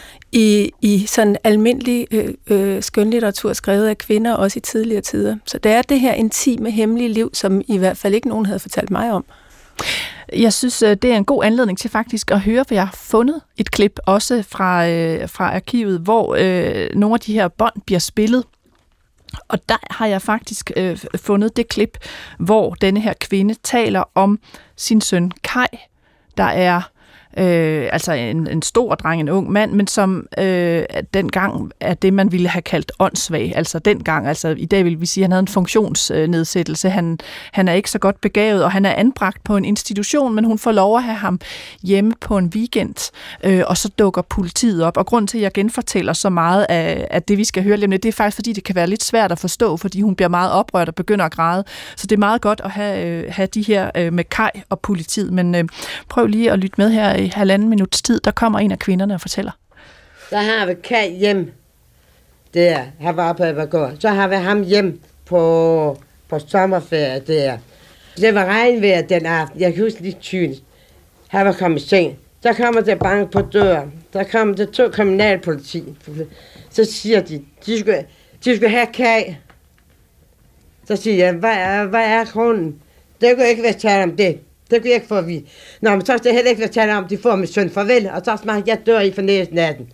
i sådan almindelig skønlitteratur skrevet af kvinder, også i tidligere tider. Så det er det her intime, hemmelige liv, som i hvert fald ikke nogen havde fortalt mig om. Jeg synes, det er en god anledning til faktisk at høre, for jeg har fundet et klip også fra arkivet, hvor nogle af de her bånd bliver spillet. Og der har jeg faktisk fundet det klip, hvor denne her kvinde taler om sin søn Kai, der er altså en stor dreng, en ung mand, men som dengang er det, man ville have kaldt åndssvag. Altså dengang, altså i dag vil vi sige, at han havde en funktionsnedsættelse. Han er ikke så godt begavet, og han er anbragt på en institution, men hun får lov at have ham hjemme på en weekend, og så dukker politiet op. Og grunden til, at jeg genfortæller så meget af det, vi skal høre lige om lidt, det er faktisk, fordi det kan være lidt svært at forstå, fordi hun bliver meget oprørt og begynder at græde. Så det er meget godt at have de her med Kai og politiet. Men prøv lige at lytte med her i 1,5 minuts tid, der kommer en af kvinderne og fortæller. Så har vi Kai hjem. Der, han var på Evergård. Så har vi ham hjem på sommerferie der. Det var regnvejr den aften. Jeg kan huske lidt tydeligt. Han var kommet i seng. Så kommer der bank på døren. Der kommer der 2 kriminalpoliti. Så siger de skulle have Kai. Så siger jeg, hvad er grunden? Det kunne ikke være tale om det. Det kunne jeg ikke få at vide. Nå, men så skal det heller ikke fortælle om, de får min søn farvel, og så smagte jeg dør i for næsten natten.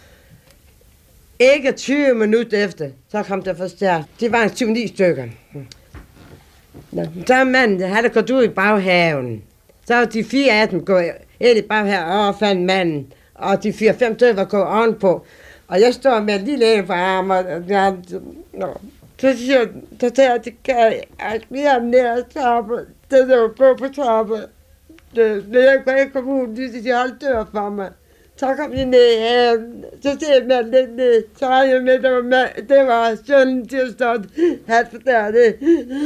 Ikke 20 minutter efter, så kom der forstærkt. Det var en 7-9 stykker. Nå, så er manden, han havde gået ud i baghaven. Så var de 4 af dem gået ind i baghaven og overfandt manden. Og de 4-5 stykker var gået ovenpå. Og jeg står med en lille en for ham, og så siger jeg, det kan jeg ikke mere ned ad toppen. Det der på toppen. Når jeg går i kommunen, de holdt dør for mig. Så kom de ned her, så ser man lidt ned, så var jeg med, det var sønnen til at stå halvt for der, det.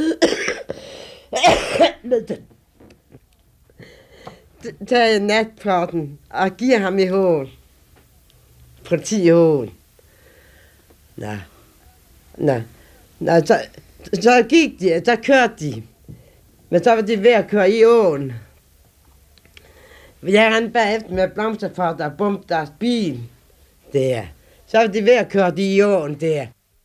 Tager jeg natplotten og giver ham i hånden. Politi i hånden. Nå, så gik de, så kørte de. Men så var de ved at køre i åen. Jeg rendte bagefter med blomsterfart og bumte deres bil der. Så var de ved at køre de i åen der.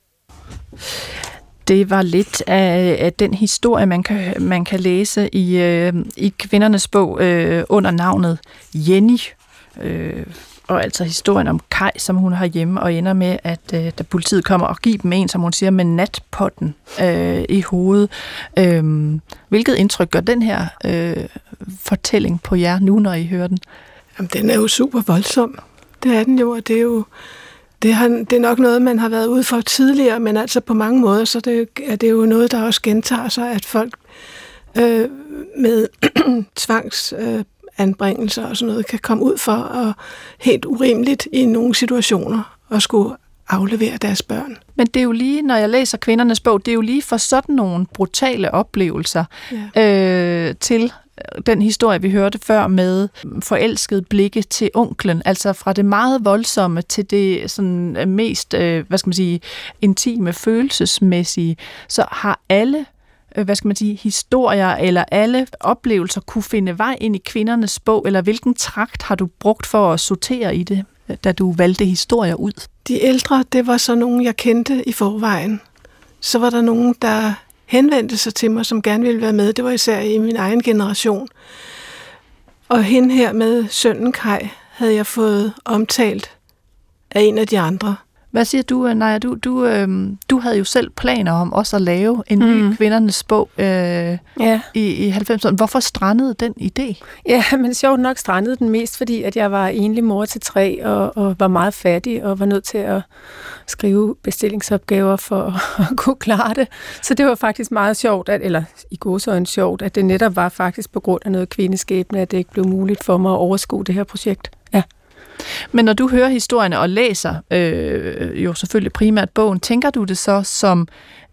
Det var lidt af den historie, man kan læse i kvindernes bog under navnet Jenny. Og altså historien om Kaj, som hun har hjemme, og ender med, at da politiet kommer og giver dem en, som hun siger, med natpotten i hovedet. Hvilket indtryk gør den her fortælling på jer nu, når I hører den? Jamen, den er jo super voldsom. Det er den jo, og det er jo det er nok noget, man har været ude for tidligere, men altså på mange måder, så er det jo noget, der også gentager sig, at folk med tvangsanbringelser og sådan noget kan komme ud for og helt urimeligt i nogle situationer og skulle aflevere deres børn. Men det er jo lige, når jeg læser kvindernes bog, det er jo lige for sådan nogle brutale oplevelser til den historie, vi hørte før med forelskede blikke til onklen, altså fra det meget voldsomme til det sådan mest, intime, følelsesmæssige, så har alle historier eller alle oplevelser kunne finde vej ind i kvindernes bog, eller hvilken trakt har du brugt for at sortere i det, da du valgte historier ud? De ældre, det var så nogen, jeg kendte i forvejen. Så var der nogen, der henvendte sig til mig, som gerne ville være med. Det var især i min egen generation. Og hende her med sønnen Kaj havde jeg fået omtalt af en af de andre. Hvad siger du, Naja? Du havde jo selv planer om også at lave en ny kvindernes bog i 90'erne. Hvorfor strandede den idé? Ja, men sjovt nok strandede den mest, fordi at jeg var enlig mor til 3 og var meget fattig og var nødt til at skrive bestillingsopgaver for at kunne klare det. Så det var faktisk meget sjovt, eller i gåseøjne sjovt, at det netop var faktisk på grund af noget kvindeskæbne, at det ikke blev muligt for mig at overskue det her projekt. Ja. Men når du hører historierne og læser jo selvfølgelig primært bogen, tænker du det så som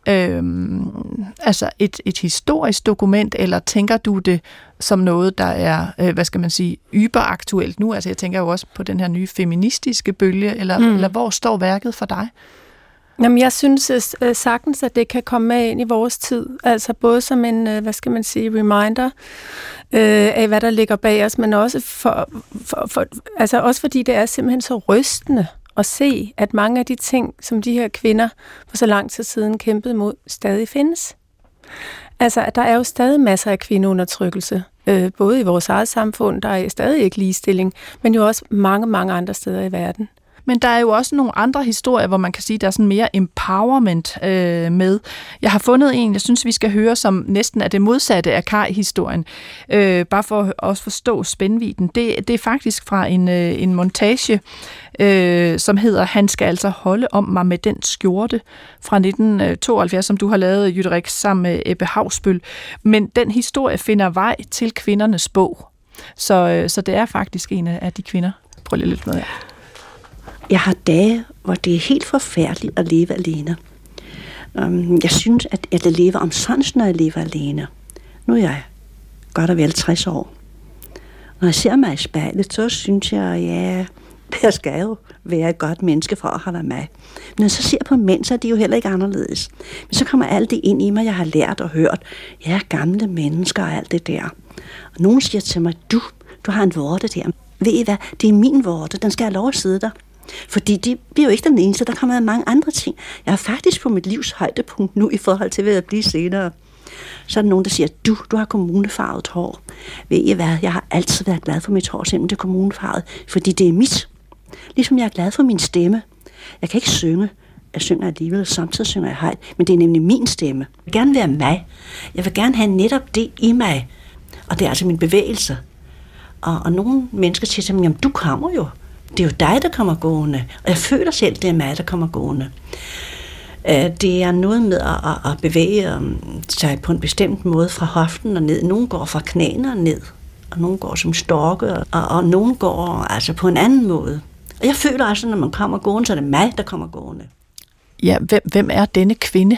et historisk dokument, eller tænker du det som noget, der er, yberaktuelt nu? Altså jeg tænker jo også på den her nye feministiske bølge, eller hvor står værket for dig? Jamen, jeg synes sagtens, at det kan komme med ind i vores tid. Altså både som en, reminder af, hvad der ligger bag os, men også også fordi det er simpelthen så rystende at se, at mange af de ting, som de her kvinder for så lang tid siden kæmpede mod, stadig findes. Altså, der er jo stadig masser af kvindeundertrykkelse, både i vores eget samfund, der er stadig ikke ligestilling, men jo også mange, mange andre steder i verden. Men der er jo også nogle andre historier, hvor man kan sige, at der er sådan mere empowerment med. Jeg har fundet en, jeg synes, vi skal høre, som næsten er det modsatte af Kaj-historien. Bare for at også forstå spændvidden. Det er faktisk fra en montage, som hedder "Han skal altså holde om mig med den skjorte" fra 1972, som du har lavet, Jytte Rex, sammen med Ebbe Hausbøl. Men den historie finder vej til kvindernes bog. Så det er faktisk en af de kvinder. Prøv lige lidt med her. Jeg har dage, hvor det er helt forfærdeligt at leve alene. Jeg synes, at jeg lever omsonst, når jeg lever alene. Nu er jeg godt og vel 60 år. Når jeg ser mig i spejlet, så synes jeg, jeg skal jo være et godt menneske for at holde mig. Men når jeg så ser på mænd, så er de jo heller ikke anderledes. Men så kommer alt det ind i mig, jeg har lært og hørt. Jeg er gamle mennesker og alt det der. Og nogen siger til mig, du har en vorte der. Ved I hvad? Det er min vorte, den skal have lov at sidde der. Fordi det bliver jo ikke den eneste, der kommer mange andre ting. Jeg er faktisk på mit livs højdepunkt nu i forhold til, hvad jeg bliver senere. Så er der nogen, der siger, du har kommunefarvet hår. Ved I hvad, jeg har altid været glad for mit hår, selvom det er kommunefarvet, fordi det er mit. Ligesom jeg er glad for min stemme. Jeg kan ikke synge. Jeg synger alligevel, samtidig synger jeg højt, men det er nemlig min stemme. Jeg vil gerne være mig. Jeg vil gerne have netop det i mig. Og det er altså min bevægelse. Og nogle mennesker siger til mig, jamen du kommer jo. Det er jo dig, der kommer gående. Og jeg føler selv, det er mig, der kommer gående. Det er noget med at bevæge sig på en bestemt måde fra hoften og ned. Nogle går fra knæene og ned, og nogle går som storke, og nogle går altså på en anden måde. Og jeg føler altså, når man kommer gående, så er det mig, der kommer gående. Ja, hvem er denne kvinde?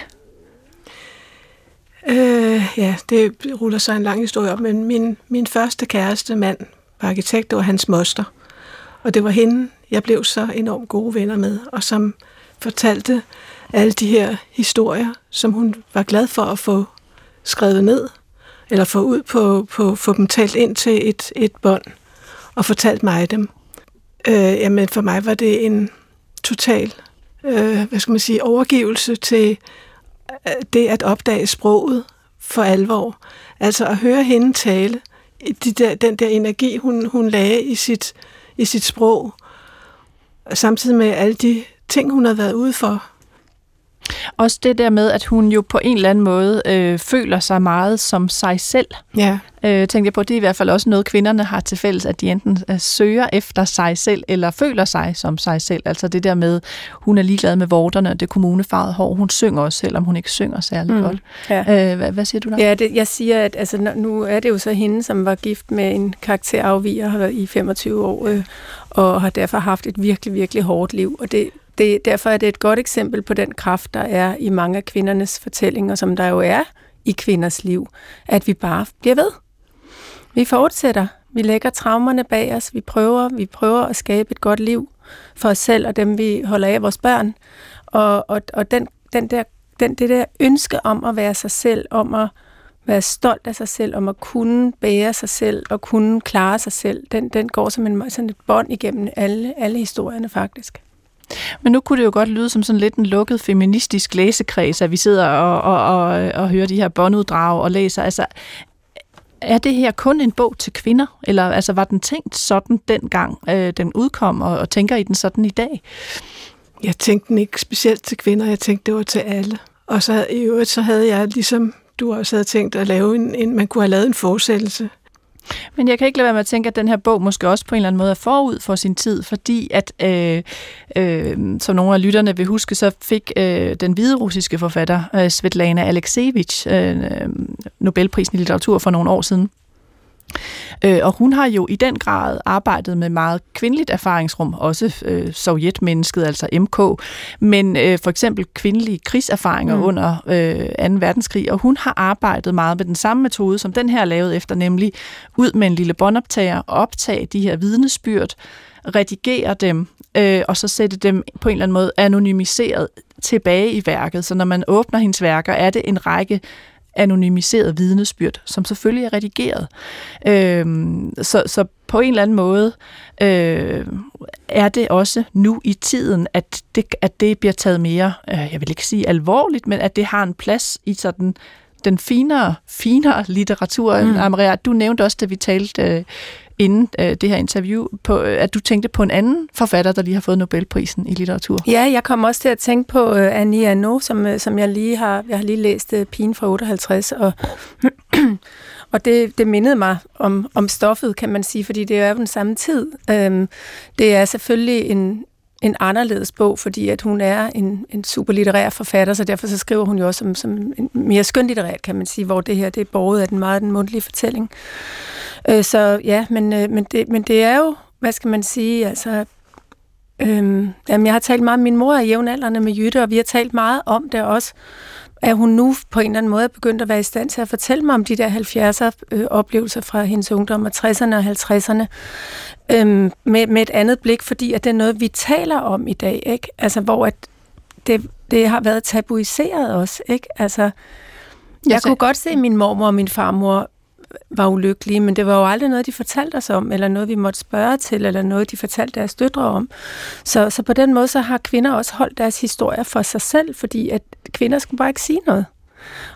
Ja, det ruller sig en lang historie op, men min første kæreste mand var arkitekt, det var hans moster. Og det var hende, jeg blev så enormt gode venner med, og som fortalte alle de her historier, som hun var glad for at få skrevet ned, eller få ud få dem talt ind til et bånd, og fortalt mig dem. Jamen for mig var det en total overgivelse til det at opdage sproget for alvor. Altså at høre hende tale, den der energi, hun lagde i sit sprog, samtidig med alle de ting, hun havde været ude for. Også det der med, at hun jo på en eller anden måde føler sig meget som sig selv. Ja. Tænkte jeg på, det er i hvert fald også noget, kvinderne har til fælles, at de enten søger efter sig selv, eller føler sig som sig selv. Altså det der med, hun er ligeglad med vorterne, og det kommunefarvede hår. Hun synger også, selvom hun ikke synger særlig godt. Ja. Hvad siger du der? Ja, jeg siger, at altså, nu er det jo så hende, som var gift med en karakterafviger, har været i 25 år, og har derfor haft et virkelig, virkelig hårdt liv. Og derfor er det et godt eksempel på den kraft, der er i mange af kvindernes fortællinger, som der jo er i kvinders liv, at vi bare bliver ved. Vi fortsætter. Vi lægger traumerne bag os. Vi prøver at skabe et godt liv for os selv og dem, vi holder af, vores børn. Og det der ønske om at være sig selv, om at være stolt af sig selv, om at kunne bære sig selv og kunne klare sig selv, den går som sådan et bånd igennem alle historierne faktisk. Men nu kunne det jo godt lyde som sådan lidt en lukket feministisk læsekreds, at vi sidder og hører de her bånduddrag og læser. Altså, er det her kun en bog til kvinder? Eller altså, var den tænkt sådan dengang, den udkom, og tænker I den sådan i dag? Jeg tænkte den ikke specielt til kvinder, jeg tænkte, det var til alle. Og så i øvrigt, så havde jeg, ligesom du også havde tænkt, at lave man kunne have lavet en fortsættelse. Men jeg kan ikke lade være med at tænke, at den her bog måske også på en eller anden måde er forud for sin tid, fordi at, som nogle af lytterne vil huske, så fik den hviderussiske forfatter Svetlana Aleksejevitj Nobelprisen i litteratur for nogle år siden. Og hun har jo i den grad arbejdet med meget kvindeligt erfaringsrum, også sovjetmennesket, altså MK, men for eksempel kvindelige krigserfaringer under 2. verdenskrig, og hun har arbejdet meget med den samme metode, som den her lavede efter, nemlig ud med en lille båndoptager, optage de her vidnesbyrd, redigere dem, og så sætte dem på en eller anden måde anonymiseret tilbage i værket. Så når man åbner hendes værker, er det en række anonymiseret vidnesbyrd, som selvfølgelig er redigeret. Så på en eller anden måde er det også nu i tiden, at det bliver taget mere, jeg vil ikke sige alvorligt, men at det har en plads i sådan den finere litteratur. Maria, du nævnte også, da vi talte inden det her interview, at du tænkte på en anden forfatter, der lige har fået Nobelprisen i litteratur. Ja, jeg kom også til at tænke på Annie Ernaux, som jeg har lige læst Pigen fra 58, og det mindede mig om stoffet, kan man sige, fordi det er jo den samme tid. Det er selvfølgelig en anderledes bog, fordi at hun er en superlitterær forfatter, så derfor så skriver hun jo også som en mere skønlitterært, kan man sige, hvor det her det er båret af den mundtlige fortælling. Så ja, men det er jo, hvad skal man sige, altså, jeg har talt meget, min mor er jævnaldrende med Jytte, og vi har talt meget om det også, at hun nu på en eller anden måde er begyndt at være i stand til at fortælle mig om de der 70'er oplevelser fra hendes ungdom og 60'erne og 50'erne med et andet blik, fordi at det er noget, vi taler om i dag, ikke? Altså, hvor at det har været tabuiseret også, ikke? Altså, jeg kunne godt se, at min mormor og min farmor var ulykkelige, men det var jo aldrig noget, de fortalte os om, eller noget, vi måtte spørge til, eller noget, de fortalte deres døtre om. Så på den måde, så har kvinder også holdt deres historier for sig selv, fordi at kvinder skulle bare ikke sige noget.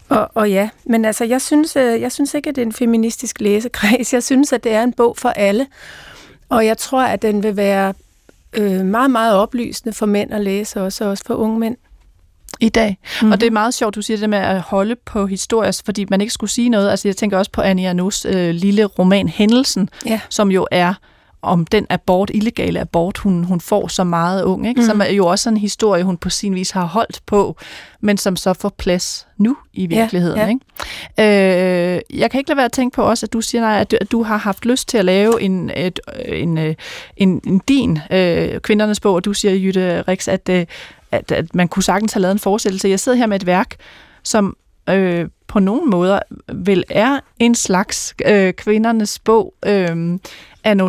Og ja, men altså, jeg synes ikke, at det er en feministisk læsekreds. Jeg synes, at det er en bog for alle. Og jeg tror, at den vil være meget, meget oplysende for mænd at læse, også for unge mænd. I dag. Mm-hmm. Og det er meget sjovt, du siger det med at holde på historier, fordi man ikke skulle sige noget. Altså jeg tænker også på Annie Ernauxs lille roman Hændelsen, som jo er om den illegale abort, hun får så meget ung, ikke? Som er jo også en historie, hun på sin vis har holdt på, men som så får plads nu i virkeligheden. Ikke? Jeg kan ikke lade være at tænke på også, at du siger, at du har haft lyst til at lave din kvindernes bog, og du siger, Jytte Rex, at man kunne sagtens have lavet en fortsættelse. Jeg sidder her med et værk, som på nogle måder vel er en slags kvindernes bog anno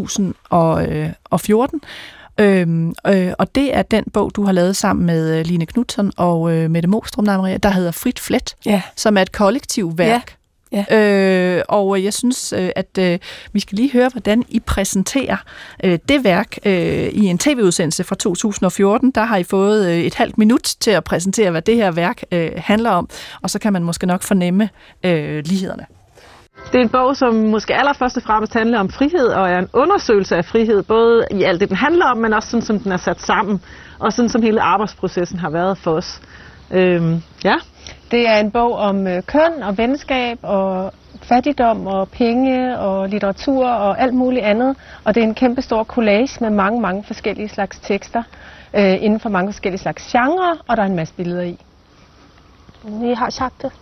2014. Og det er den bog, du har lavet sammen med Line Knutzon og Mette Mostrup, der hedder Frit Flet, som er et kollektivt værk. Ja. Og jeg synes, at vi skal lige høre, hvordan I præsenterer det værk i en tv-udsendelse fra 2014. Der har I fået et halvt minut til at præsentere, hvad det her værk handler om, og så kan man måske nok fornemme lighederne. Det er en bog, som måske allerførst og fremmest handler om frihed, og er en undersøgelse af frihed, både i alt det, den handler om, men også sådan, som den er sat sammen, og sådan, som hele arbejdsprocessen har været for os. Det er en bog om køn og venskab og fattigdom og penge og litteratur og alt muligt andet. Og det er en kæmpe stor collage med mange, mange forskellige slags tekster inden for mange forskellige slags genrer, og der er en masse billeder i. Vi har sagt det.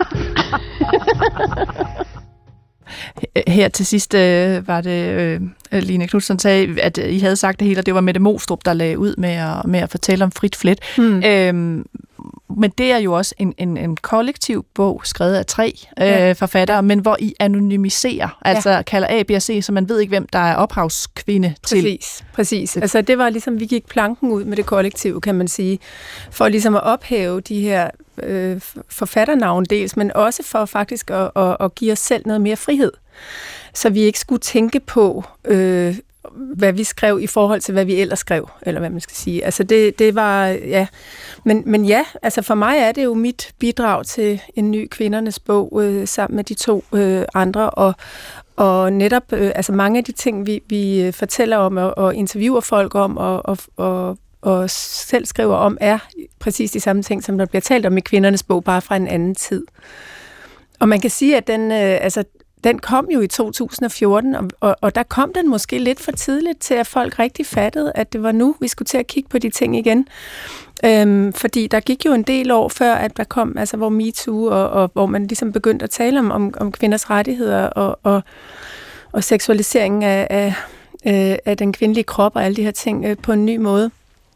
Her til sidst var det, Line Knutzon sagde, at I havde sagt det hele, og det var Mette Mostrup, der lagde ud med at fortælle om Frit Flet. Men det er jo også en kollektiv bog, skrevet af 3 forfattere, men hvor I anonymiserer, altså kalder A, B og C, så man ved ikke, hvem der er ophavskvinde til. Præcis. Altså det var ligesom, vi gik planken ud med det kollektiv, kan man sige, for ligesom at ophæve de her forfatternavn dels, men også for faktisk at give os selv noget mere frihed. Så vi ikke skulle tænke på, hvad vi skrev i forhold til, hvad vi ellers skrev, eller hvad man skal sige. Altså det var, ja. Men ja, altså for mig er det jo mit bidrag til en ny kvindernes bog, sammen med de 2 andre, og netop, altså mange af de ting, vi fortæller om, og interviewer folk om, og selv skriver om, er præcis de samme ting, som der bliver talt om i kvindernes bog, bare fra en anden tid. Og man kan sige, at den kom jo i 2014, og der kom den måske lidt for tidligt til, at folk rigtig fattede, at det var nu, vi skulle til at kigge på de ting igen. Fordi der gik jo en del år før, at der kom, altså hvor MeToo, og hvor man ligesom begyndte at tale om kvinders rettigheder, og seksualisering af den kvindelige krop, og alle de her ting på en ny måde.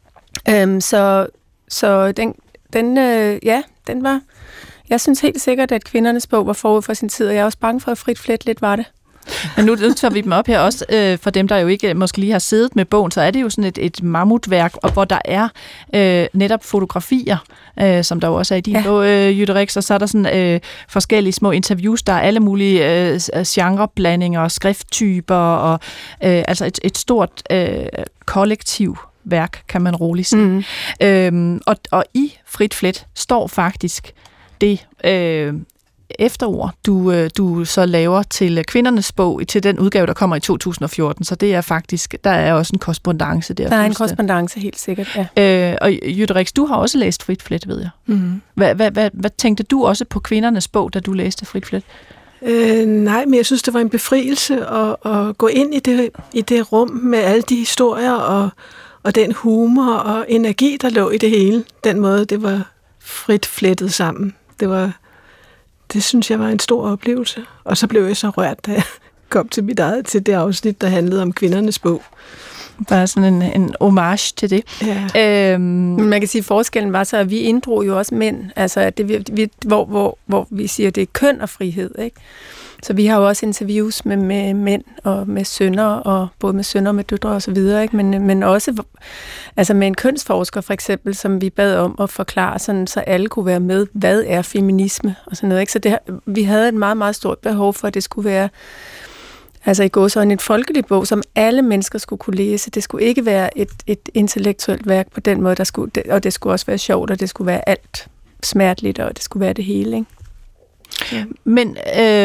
Så den var... Jeg synes helt sikkert, at kvindernes bog var forud for sin tid, og jeg er også bange for, at Frit Flet lidt var det. Men nu tager vi dem op her også, for dem, der jo ikke måske lige har siddet med bogen, så er det jo sådan et mammutværk, og hvor der er netop fotografier, som der jo også er i din bog, Jytte Rex, og så er der sådan forskellige små interviews, der er alle mulige genreblandinger, skrifttyper, og altså et stort kollektiv værk, kan man roligt sige. Og i Frit Flet står faktisk det efterord, du så laver til kvindernes bog, til den udgave, der kommer i 2014. Så det er faktisk, der er også en korrespondance der. Der er en korrespondance, helt sikkert, ja. Og Jytte Rex, du har også læst Frit Flet, ved jeg. Hvad tænkte du også på kvindernes bog, da du læste Frit Flet? Nej, men jeg synes, det var en befrielse at gå ind i det rum med alle de historier og den humor og energi, der lå i det hele. Den måde, det var frit flettet sammen. Det synes jeg var en stor oplevelse. Og så blev jeg så rørt, da jeg kom til det afsnit, der handlede om kvindernes bog. Bare sådan en homage til det. Ja. Man kan sige, at forskellen var så, at vi inddrog jo også mænd, altså at det, hvor vi siger, at det er køn og frihed, ikke? Så vi har jo også interviews med mænd og med sønner, og både med sønner og med døtre og så videre, ikke? Men også altså med en kønsforsker for eksempel, som vi bad om at forklare, sådan, så alle kunne være med, hvad er feminisme og sådan noget, ikke? Så vi havde et meget, meget stort behov for, at det skulle være altså i går sådan en folkelig bog, som alle mennesker skulle kunne læse. Det skulle ikke være et intellektuelt værk på den måde, og det skulle også være sjovt, og det skulle være alt smerteligt, og det skulle være det hele, ikke? Ja. Men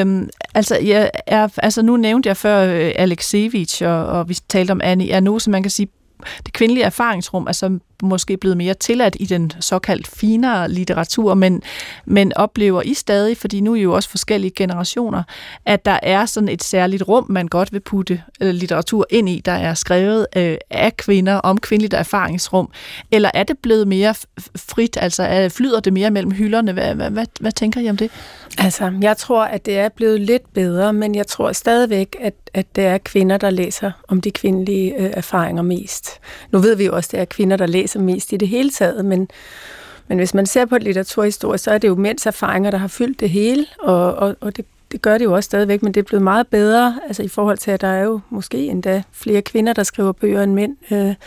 nu nævnte jeg før Alexievich, og vi talte om Annie Ernaux, så man kan sige, det kvindelige erfaringsrum er så måske blevet mere tilladt i den såkaldt finere litteratur, men oplever I stadig, fordi nu er I jo også forskellige generationer, at der er sådan et særligt rum, man godt vil putte litteratur ind i, der er skrevet af kvinder om kvindeligt erfaringsrum, eller er det blevet mere frit, altså flyder det mere mellem hylderne? Hvad tænker I om det? Altså, jeg tror, at det er blevet lidt bedre, men jeg tror stadigvæk, at det er kvinder, der læser om de kvindelige erfaringer mest. Nu ved vi jo også, at det er kvinder, der læser mest i det hele taget, men hvis man ser på litteraturhistorie, så er det jo mænds erfaringer, der har fyldt det hele, og det gør det jo også stadigvæk, men det er blevet meget bedre, altså i forhold til, at der er jo måske endda flere kvinder, der skriver bøger end mænd.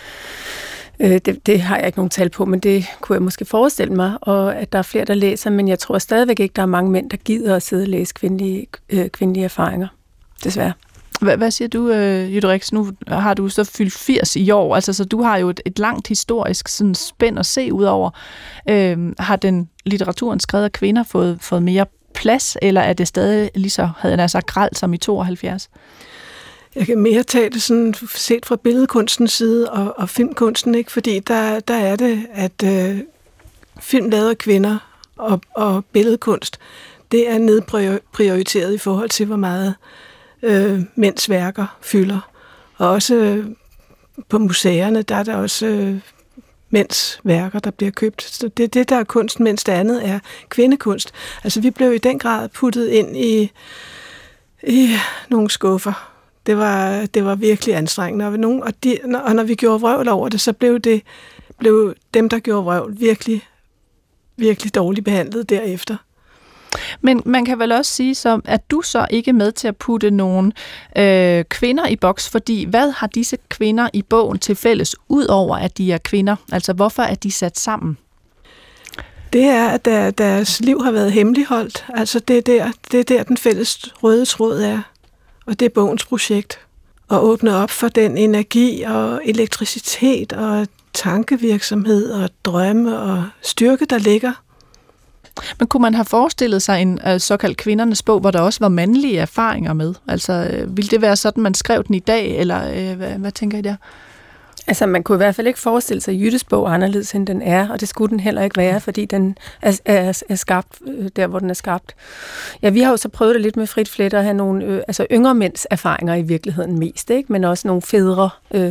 Det har jeg ikke nogen tal på, men det kunne jeg måske forestille mig, og at der er flere, der læser, men jeg tror stadigvæk ikke, der er mange mænd, der gider at sidde og læse kvindelige erfaringer, desværre. Hvad siger du, Jytte Rex? Nu har du så fyldt 80 i år, altså så du har jo et langt historisk sådan, spænd at se ud over. Har den litteraturen skrevet af kvinder fået mere plads, eller er det stadig lige så, havde jeg sagt, grelt som i 72? Jeg kan mere tage det sådan set fra billedkunstens side og filmkunsten, ikke? Fordi der er det, at film lavet af kvinder og billedkunst, det er nedprioriteret i forhold til, hvor meget mænds værker fylder. Og også på museerne, der er der også mænds værker, der bliver købt. Så det er det, der er kunst, mens det andet er kvindekunst. Altså, vi blev i den grad puttet ind i nogle skuffer. Det var virkelig anstrengende. Og når vi gjorde vrøvl over det, så blev dem, der gjorde vrøvl, virkelig, virkelig dårligt behandlet derefter. Men man kan vel også sige, så, at du så ikke er med til at putte nogle kvinder i boks, fordi hvad har disse kvinder i bogen til fælles, ud over at de er kvinder? Altså, hvorfor er de sat sammen? Det er, at deres liv har været hemmeligholdt. Altså, det er der den fælles røde tråd er. Og det er bogens projekt. At åbne op for den energi og elektricitet og tankevirksomhed og drømme og styrke, der ligger. Men kunne man have forestillet sig en såkaldt kvindernes bog, hvor der også var mandlige erfaringer med? Altså, ville det være sådan, man skrev den i dag, eller hvad tænker I der? Altså, man kunne i hvert fald ikke forestille sig Jyttes bog anderledes, end den er, og det skulle den heller ikke være, fordi den er skabt der, hvor den er skabt. Ja, vi har jo så prøvet det lidt med Frit Flet at have nogle yngre mænds erfaringer i virkeligheden mest, ikke? Men også nogle fædre.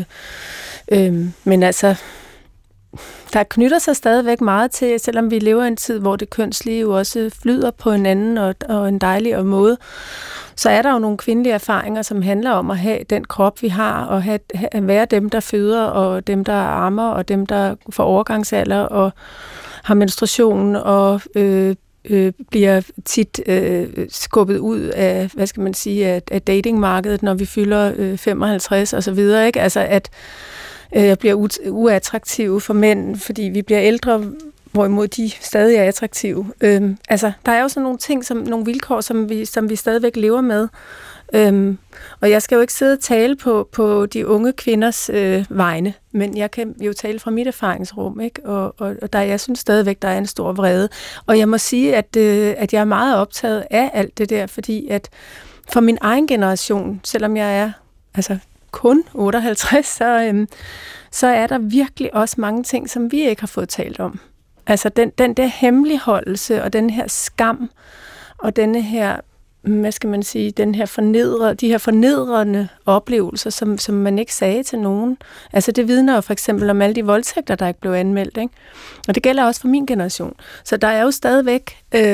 Men altså, der knytter sig stadigvæk meget til, selvom vi lever i en tid, hvor det kønslige jo også flyder på en anden og en dejligere måde, så er der jo nogle kvindelige erfaringer, som handler om at have den krop, vi har, og at være dem, der føder, og dem, der ammer, og dem, der får overgangsalder, og har menstruation, og bliver tit skubbet ud af, hvad skal man sige, af datingmarkedet, når vi fylder 55 og så videre, ikke? Altså at bliver uattraktive for mænd, fordi vi bliver ældre, hvorimod de stadig er attraktive. Der er jo sådan nogle ting, nogle vilkår, som vi stadigvæk lever med. Og jeg skal jo ikke sidde og tale på de unge kvinders vegne, men jeg kan jo tale fra mit erfaringsrum, ikke? Og jeg synes stadigvæk, der er en stor vrede. Og jeg må sige, at jeg er meget optaget af alt det der, fordi at for min egen generation, selvom jeg er kun 58, så er der virkelig også mange ting, som vi ikke har fået talt om. Altså den der hemmeligholdelse og den her skam og denne her, hvad skal man sige, de her fornedrende oplevelser, som man ikke sagde til nogen. Altså det vidner jo for eksempel om alle de voldtægter, der ikke blev anmeldt, ikke? Og det gælder også for min generation. Så der er jo stadigvæk,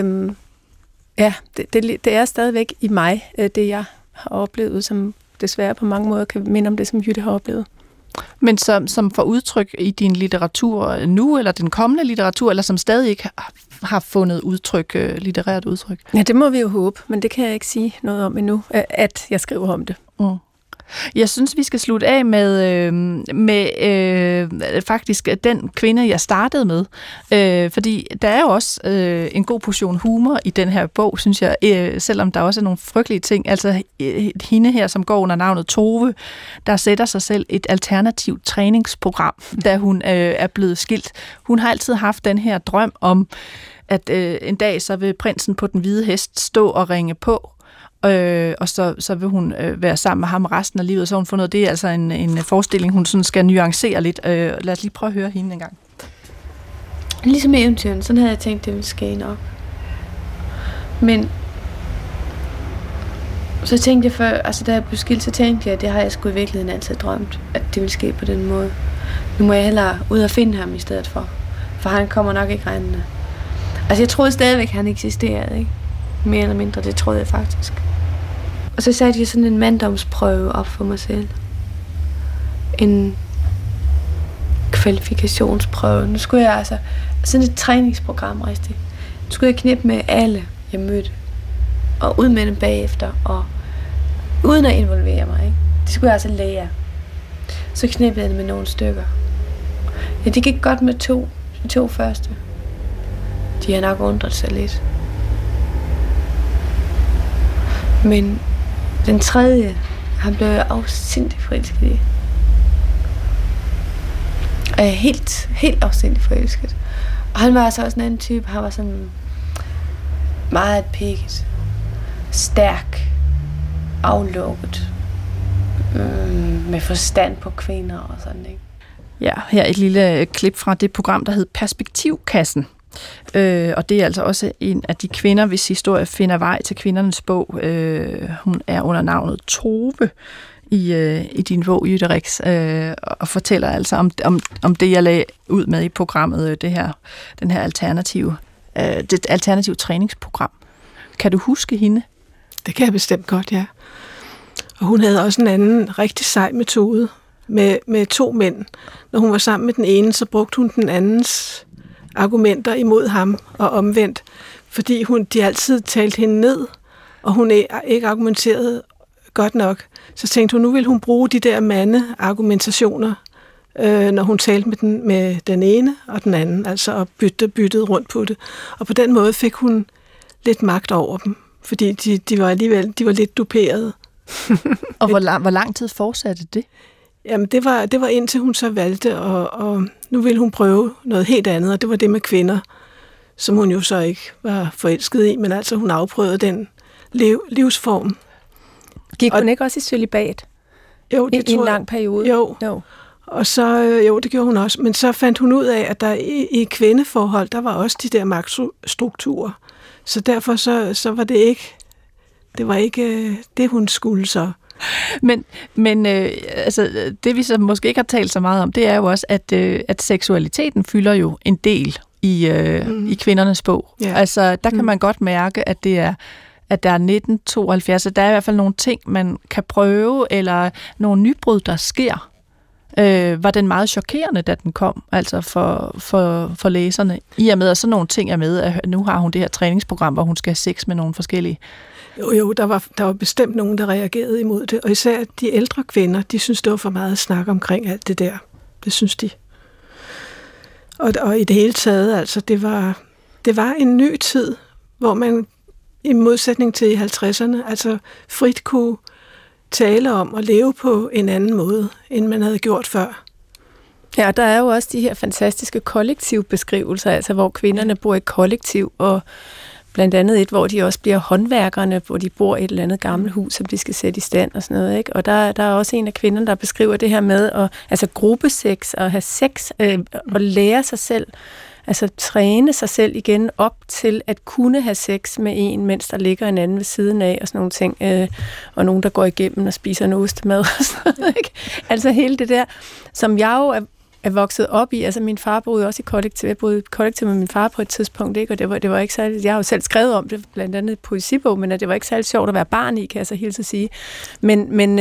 det er stadigvæk i mig, det jeg har oplevet, som desværre på mange måder kan minde om det, som Jytte har oplevet. Men som får udtryk i din litteratur nu, eller den kommende litteratur, eller som stadig ikke har fundet udtryk, litterært udtryk? Ja, det må vi jo håbe, men det kan jeg ikke sige noget om endnu, at jeg skriver om det. Jeg synes, vi skal slutte af med faktisk den kvinde, jeg startede med. Fordi der er jo også en god portion humor i den her bog, synes jeg, selvom der også er nogle frygtelige ting. Altså hende her, som går under navnet Tove, der sætter sig selv et alternativt træningsprogram, da hun er blevet skilt. Hun har altid haft den her drøm om, at en dag så vil prinsen på den hvide hest stå og ringe på, og så vil hun være sammen med ham resten af livet. Så hun fundet, det er altså en forestilling, hun sådan skal nuancere lidt. Lad os lige prøve at høre hende en gang. Ligesom i eventyren, sådan havde jeg tænkt, det ville ske nok. Men så tænkte jeg før, altså da jeg blev skilt, så tænkte jeg, at det har jeg sgu i virkeligheden altid drømt, at det ville ske på den måde. Nu må jeg hellere ud og finde ham i stedet for han kommer nok ikke rendende. Altså jeg troede stadigvæk, han eksisterede, ikke? Mere eller mindre, det troede jeg faktisk. Og så satte jeg sådan en manddomsprøve op for mig selv. En kvalifikationsprøve. Nu skulle jeg altså, sådan et træningsprogram rigtigt. Nu skulle jeg knippe med alle, jeg mødte. Og ud med dem bagefter, og uden at involvere mig, ikke? Det skulle jeg altså lære. Så knippede jeg det med nogle stykker. Ja, det gik godt med de 2 første. De har nok undret sig lidt. Men den tredje, han blev jeg afsindigt forelsket i. Og jeg er helt afsindigt forelsket. Og han var altså også en anden type. Han var sådan meget pækket, stærk, aflukket, med forstand på kvinder og sådan, ikke? Ja, her et lille klip fra det program, der hed Perspektivkassen. Og det er altså også en af de kvinder, hvis historie finder vej til kvindernes bog. Hun er under navnet Tove i din bog, Jytte Rex, og fortæller altså om det, jeg lagde ud med i programmet, det alternative træningsprogram. Kan du huske hende? Det kan jeg bestemt godt, ja. Og hun havde også en anden rigtig sej metode med 2 mænd. Når hun var sammen med den ene, så brugte hun den andens argumenter imod ham og omvendt, fordi de altid talte hende ned, og hun ikke argumenterede godt nok. Så tænkte hun, nu vil hun bruge de der mandeargumentationer, når hun talte med den ene og den anden, altså og byttede rundt på det. Og på den måde fik hun lidt magt over dem, fordi de var lidt duperede. Og hvor lang tid fortsatte det? Jamen, det var indtil hun så valgte, og nu ville hun prøve noget helt andet, og det var det med kvinder, som hun jo så ikke var forelsket i, men altså hun afprøvede den livsform. Gik hun ikke også i cølibat? Jo, det i en lang periode? Jo. Og så, det gjorde hun også, men så fandt hun ud af, at der i kvindeforhold, der var også de der magtstrukturer. Så derfor så var det var ikke det, hun skulle så. Men altså, det vi så måske ikke har talt så meget om, det er jo også, at seksualiteten fylder jo en del i kvindernes bog. Yeah. Altså, der kan man godt mærke, at der er 1972, så der er i hvert fald nogle ting, man kan prøve, eller nogle nybrud, der sker. Var den meget chokerende, da den kom, altså for læserne, i og med, at sådan nogle ting er med, at nu har hun det her træningsprogram, hvor hun skal have sex med nogle forskellige. Jo, der var bestemt nogen, der reagerede imod det, og især de ældre kvinder, de synes, det var for meget at snakke omkring alt det der. Det synes de. Og i det hele taget, altså, det var en ny tid, hvor man i modsætning til i 50'erne, altså frit kunne tale om at leve på en anden måde, end man havde gjort før. Ja, der er jo også de her fantastiske kollektivbeskrivelser, altså hvor kvinderne bor i kollektiv, og blandt andet et, hvor de også bliver håndværkerne, hvor de bor i et eller andet gammelt hus, som de skal sætte i stand og sådan noget, ikke? Og der er også en af kvinderne, der beskriver det her med at gruppesex og have sex og lære sig selv, altså træne sig selv igen op til at kunne have sex med en, mens der ligger en anden ved siden af og sådan nogle ting, og nogen, der går igennem og spiser en ostemad og sådan noget, ikke? Altså hele det der, som jeg jo er vokset op i. Altså min far boede også i kollektiv. Jeg boede i kollektiv med min far på et tidspunkt, ikke? Og det var ikke særlig. Jeg har jo selv skrevet om det, blandt andet i poesibog, men det var ikke særlig sjovt at være barn i, kan jeg så hilse at sige. Men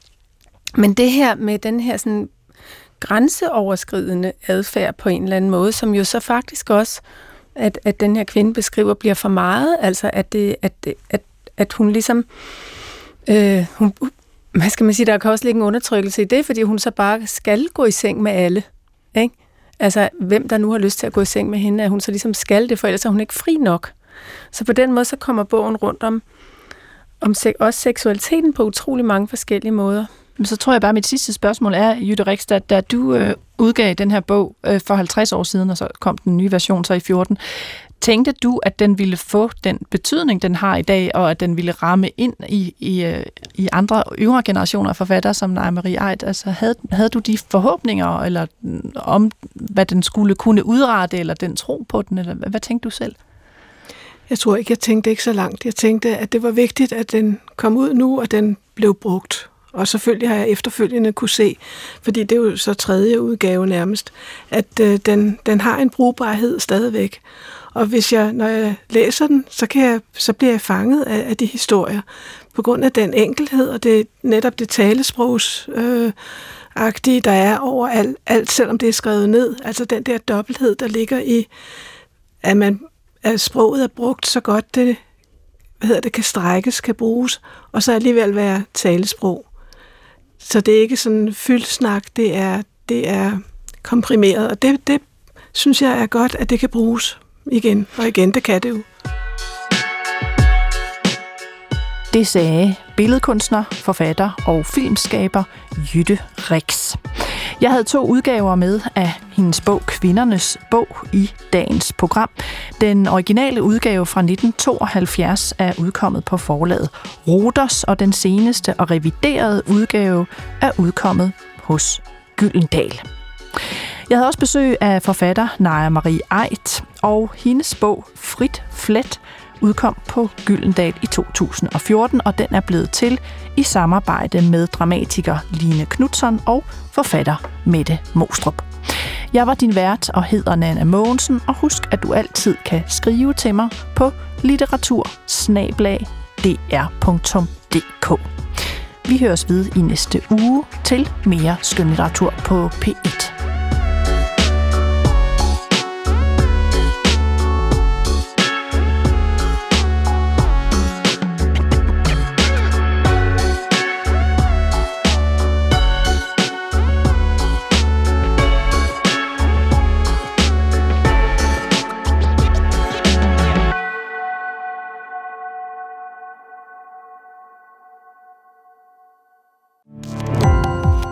det her med den her sådan grænseoverskridende adfærd på en eller anden måde, som jo så faktisk også, at den her kvinde beskriver, bliver for meget. Altså at hun ligesom hvad skal man sige, der kan også ligge en undertrykkelse i det, fordi hun så bare skal gå i seng med alle, ikke? Altså, hvem der nu har lyst til at gå i seng med hende, at hun så ligesom skal det, for ellers er hun ikke fri nok. Så på den måde, så kommer bogen rundt om også seksualiteten på utrolig mange forskellige måder. Men så tror jeg bare, at mit sidste spørgsmål er, Jytte Rikstad, da du udgav den her bog for 50 år siden, og så kom den nye version så i 14, tænkte du, at den ville få den betydning, den har i dag, og at den ville ramme ind i andre yngre generationer af forfattere som Naja Marie Aidt? Altså, havde du de forhåbninger, eller om hvad den skulle kunne udrette, eller den tro på den, eller hvad tænkte du selv? Jeg tror ikke, jeg tænkte ikke så langt. Jeg tænkte, at det var vigtigt, at den kom ud nu, og den blev brugt. Og selvfølgelig har jeg efterfølgende kunne se, fordi det er jo så 3. udgave nærmest, at den har en brugbarhed stadigvæk. Og når jeg læser den, så bliver jeg fanget af de historier. På grund af den enkelhed, og det netop det talesprogsagtige, der er over alt, selvom det er skrevet ned. Altså den der dobbelthed, der ligger i, at sproget er brugt så godt, det kan strækkes, kan bruges, og så alligevel være talesprog. Så det er ikke sådan fyldsnak, det er komprimeret, og det synes jeg er godt, at det kan bruges igen og igen. Det kan det jo. Det sagde billedkunstner, forfatter og filmskaber Jytte Rix. Jeg havde 2 udgaver med af hendes bog Kvindernes bog i dagens program. Den originale udgave fra 1972 er udkommet på forlaget Rhoders, og den seneste og reviderede udgave er udkommet hos Gyldendal. Jeg havde også besøg af forfatter Naja Marie Aidt, og hendes bog Frit Flet udkom på Gyldendal i 2014, og den er blevet til i samarbejde med dramatiker Line Knutzon og forfatter Mette Mostrup. Jeg var din vært og hedder Nanna Mogensen, og husk, at du altid kan skrive til mig på litteratur@dr.dk. Vi høres ved i næste uge til mere skønlitteratur på P1.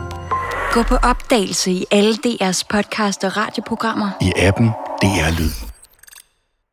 Gå på opdagelse i alle DR's podcast og radioprogrammer. I appen DR Lyd.